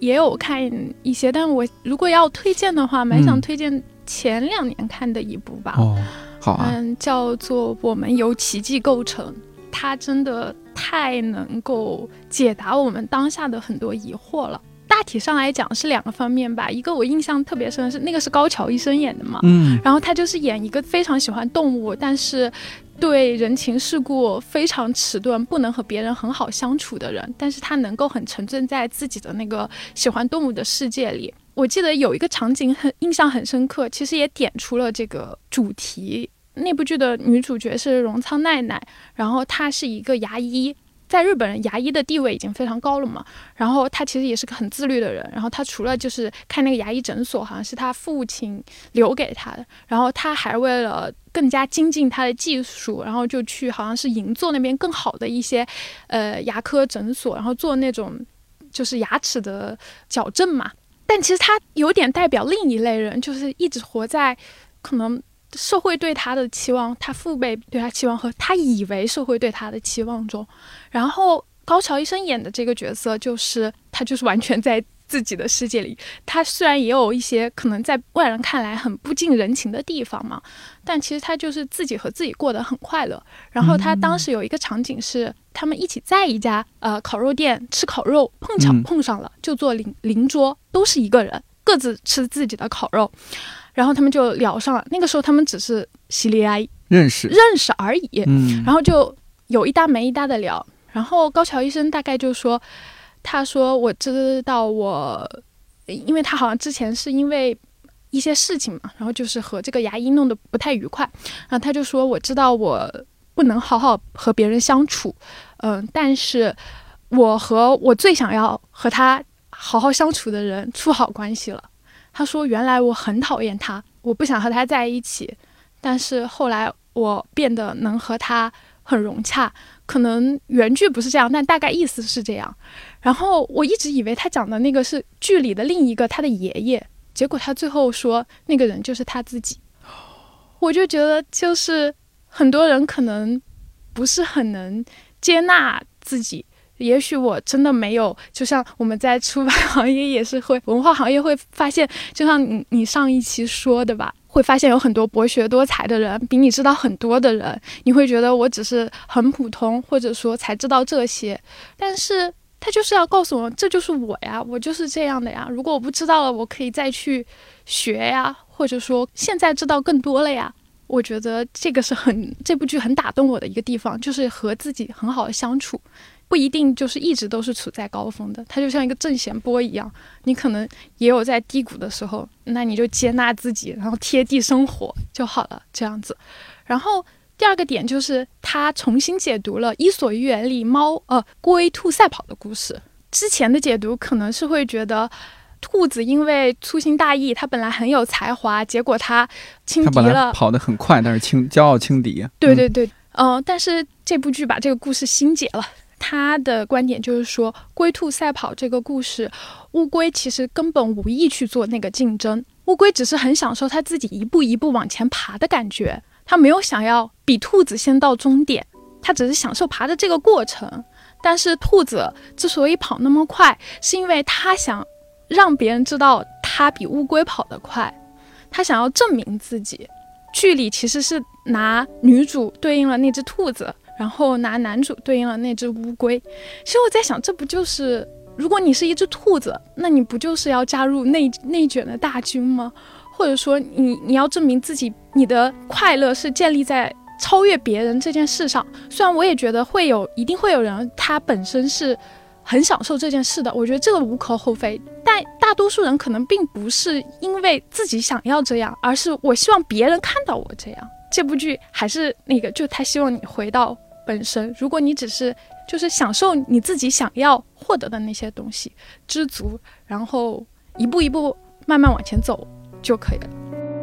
也有看一些，但我如果要推荐的话，蛮想推荐前两年看的一部吧。 哦，好啊， 嗯，叫做《我们由奇迹构成》，它真的太能够解答我们当下的很多疑惑了。大体上来讲是两个方面吧，一个我印象特别深的是那个是高桥医生演的嘛，嗯，然后他就是演一个非常喜欢动物，但是对人情世故非常迟钝，不能和别人很好相处的人，但是他能够很沉醉在自己的那个喜欢动物的世界里。我记得有一个场景很印象很深刻，其实也点出了这个主题。那部剧的女主角是荣仓奈奈，然后她是一个牙医，在日本人牙医的地位已经非常高了嘛，然后他其实也是个很自律的人，然后他除了就是开那个牙医诊所好像是他父亲留给他的，然后他还为了更加精进他的技术，然后就去好像是银座那边更好的一些呃牙科诊所，然后做那种就是牙齿的矫正嘛。但其实他有点代表另一类人，就是一直活在可能社会对他的期望，他父辈对他期望和他以为社会对他的期望中。然后高桥医生演的这个角色就是他就是完全在自己的世界里，他虽然也有一些可能在外人看来很不近人情的地方嘛，但其实他就是自己和自己过得很快乐。然后他当时有一个场景是他们一起在一家呃烤肉店吃烤肉，碰巧碰上了，就坐邻邻桌，都是一个人，各自吃自己的烤肉，然后他们就聊上了。那个时候他们只是知り合い认识认识而已、嗯、然后就有一搭没一搭的聊。然后高桥医生大概就说，他说我知道我，因为他好像之前是因为一些事情嘛，然后就是和这个牙医弄得不太愉快，然后他就说我知道我不能好好和别人相处，嗯、呃，但是我和我最想要和他好好相处的人处好关系了。他说原来我很讨厌他，我不想和他在一起，但是后来我变得能和他很融洽，可能原句不是这样，但大概意思是这样。然后我一直以为他讲的那个是剧里的另一个他的爷爷，结果他最后说那个人就是他自己。我就觉得就是很多人可能不是很能接纳自己，也许我真的没有，就像我们在出版行业也是会，文化行业会发现，就像你你上一期说的吧，会发现有很多博学多才的人，比你知道很多的人，你会觉得我只是很普通，或者说才知道这些，但是他就是要告诉我这就是我呀，我就是这样的呀，如果我不知道了，我可以再去学呀，或者说现在知道更多了呀。我觉得这个是很这部剧很打动我的一个地方，就是和自己很好的相处，不一定就是一直都是处在高峰的，它就像一个正弦波一样，你可能也有在低谷的时候，那你就接纳自己，然后贴地生活就好了，这样子。然后第二个点就是他重新解读了《伊索寓言》里猫呃龟兔赛跑的故事。之前的解读可能是会觉得兔子因为粗心大意，他本来很有才华，结果他轻敌了，他本来跑得很快，但是轻骄傲轻敌。 对对对，嗯、呃，但是这部剧把这个故事新解了。他的观点就是说，龟兔赛跑这个故事，乌龟其实根本无意去做那个竞争，乌龟只是很享受他自己一步一步往前爬的感觉，他没有想要比兔子先到终点，他只是享受爬的这个过程。但是兔子之所以跑那么快，是因为他想让别人知道他比乌龟跑得快，他想要证明自己。剧里其实是拿女主对应了那只兔子，然后拿男主对应了那只乌龟。其实我在想，这不就是如果你是一只兔子，那你不就是要加入内内卷的大军吗？或者说你你要证明自己，你的快乐是建立在超越别人这件事上。虽然我也觉得会有一定会有人他本身是很享受这件事的，我觉得这个无可厚非，但大多数人可能并不是因为自己想要这样，而是我希望别人看到我这样。这部剧还是那个，就他希望你回到本身，如果你只是就是享受你自己想要获得的那些东西，知足，然后一步一步慢慢往前走就可以了。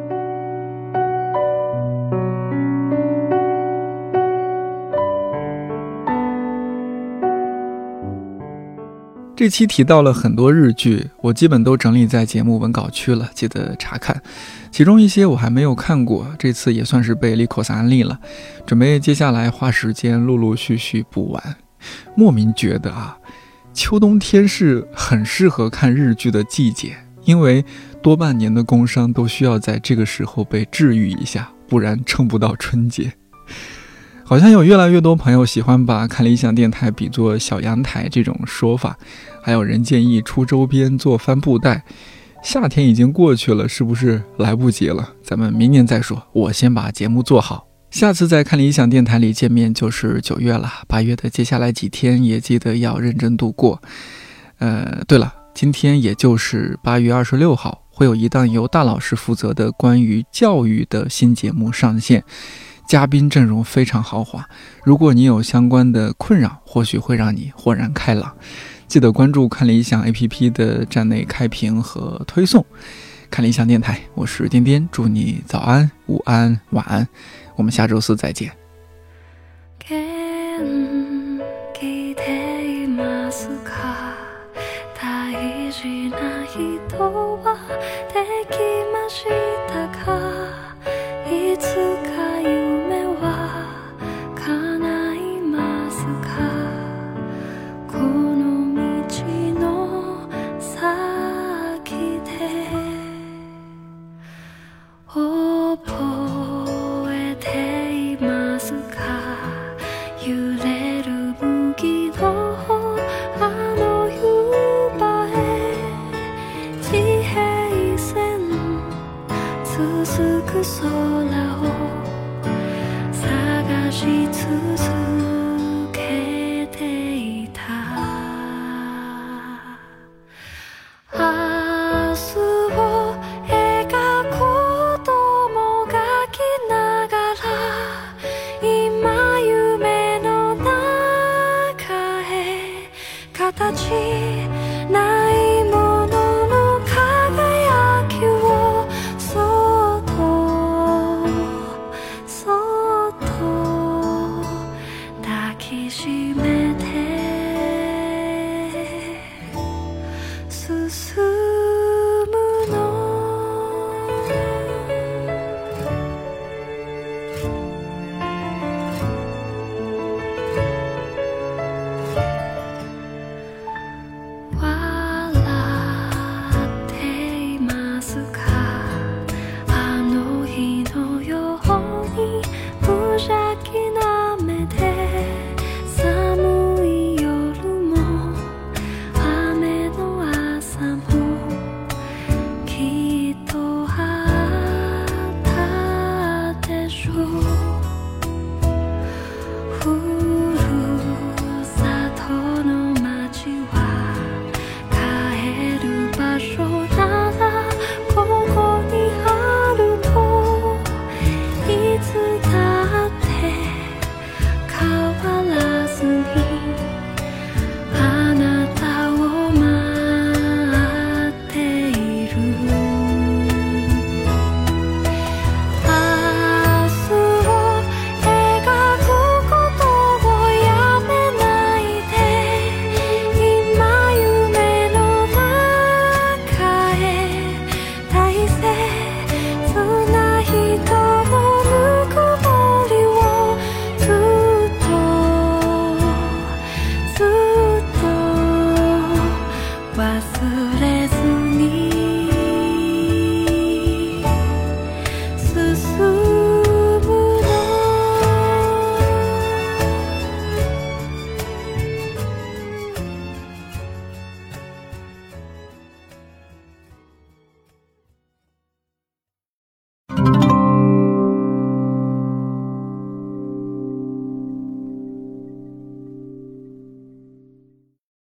这期提到了很多日剧，我基本都整理在节目文稿区了，记得查看。其中一些我还没有看过，这次也算是被利口萨安利了，准备接下来花时间陆陆续续补完。莫名觉得啊， 秋冬天是很适合看日剧的季节，因为多半年的工伤都需要在这个时候被治愈一下，不然撑不到春节。好像有越来越多朋友喜欢把看理想电台比作小阳台这种说法，还有人建议出周边做帆布袋。夏天已经过去了，是不是来不及了？咱们明年再说，我先把节目做好。下次在看理想电台里见面就是九月了，八月的接下来几天也记得要认真度过。呃，对了，今天也就是八月二十六号，会有一档由大老师负责的关于教育的新节目上线，嘉宾阵容非常豪华，如果你有相关的困扰，或许会让你豁然开朗。记得关注看理想 A P P 的站内开屏和推送。看理想电台，我是颠颠，祝你早安、午安、晚安，我们下周四再见。 続く空を探し続け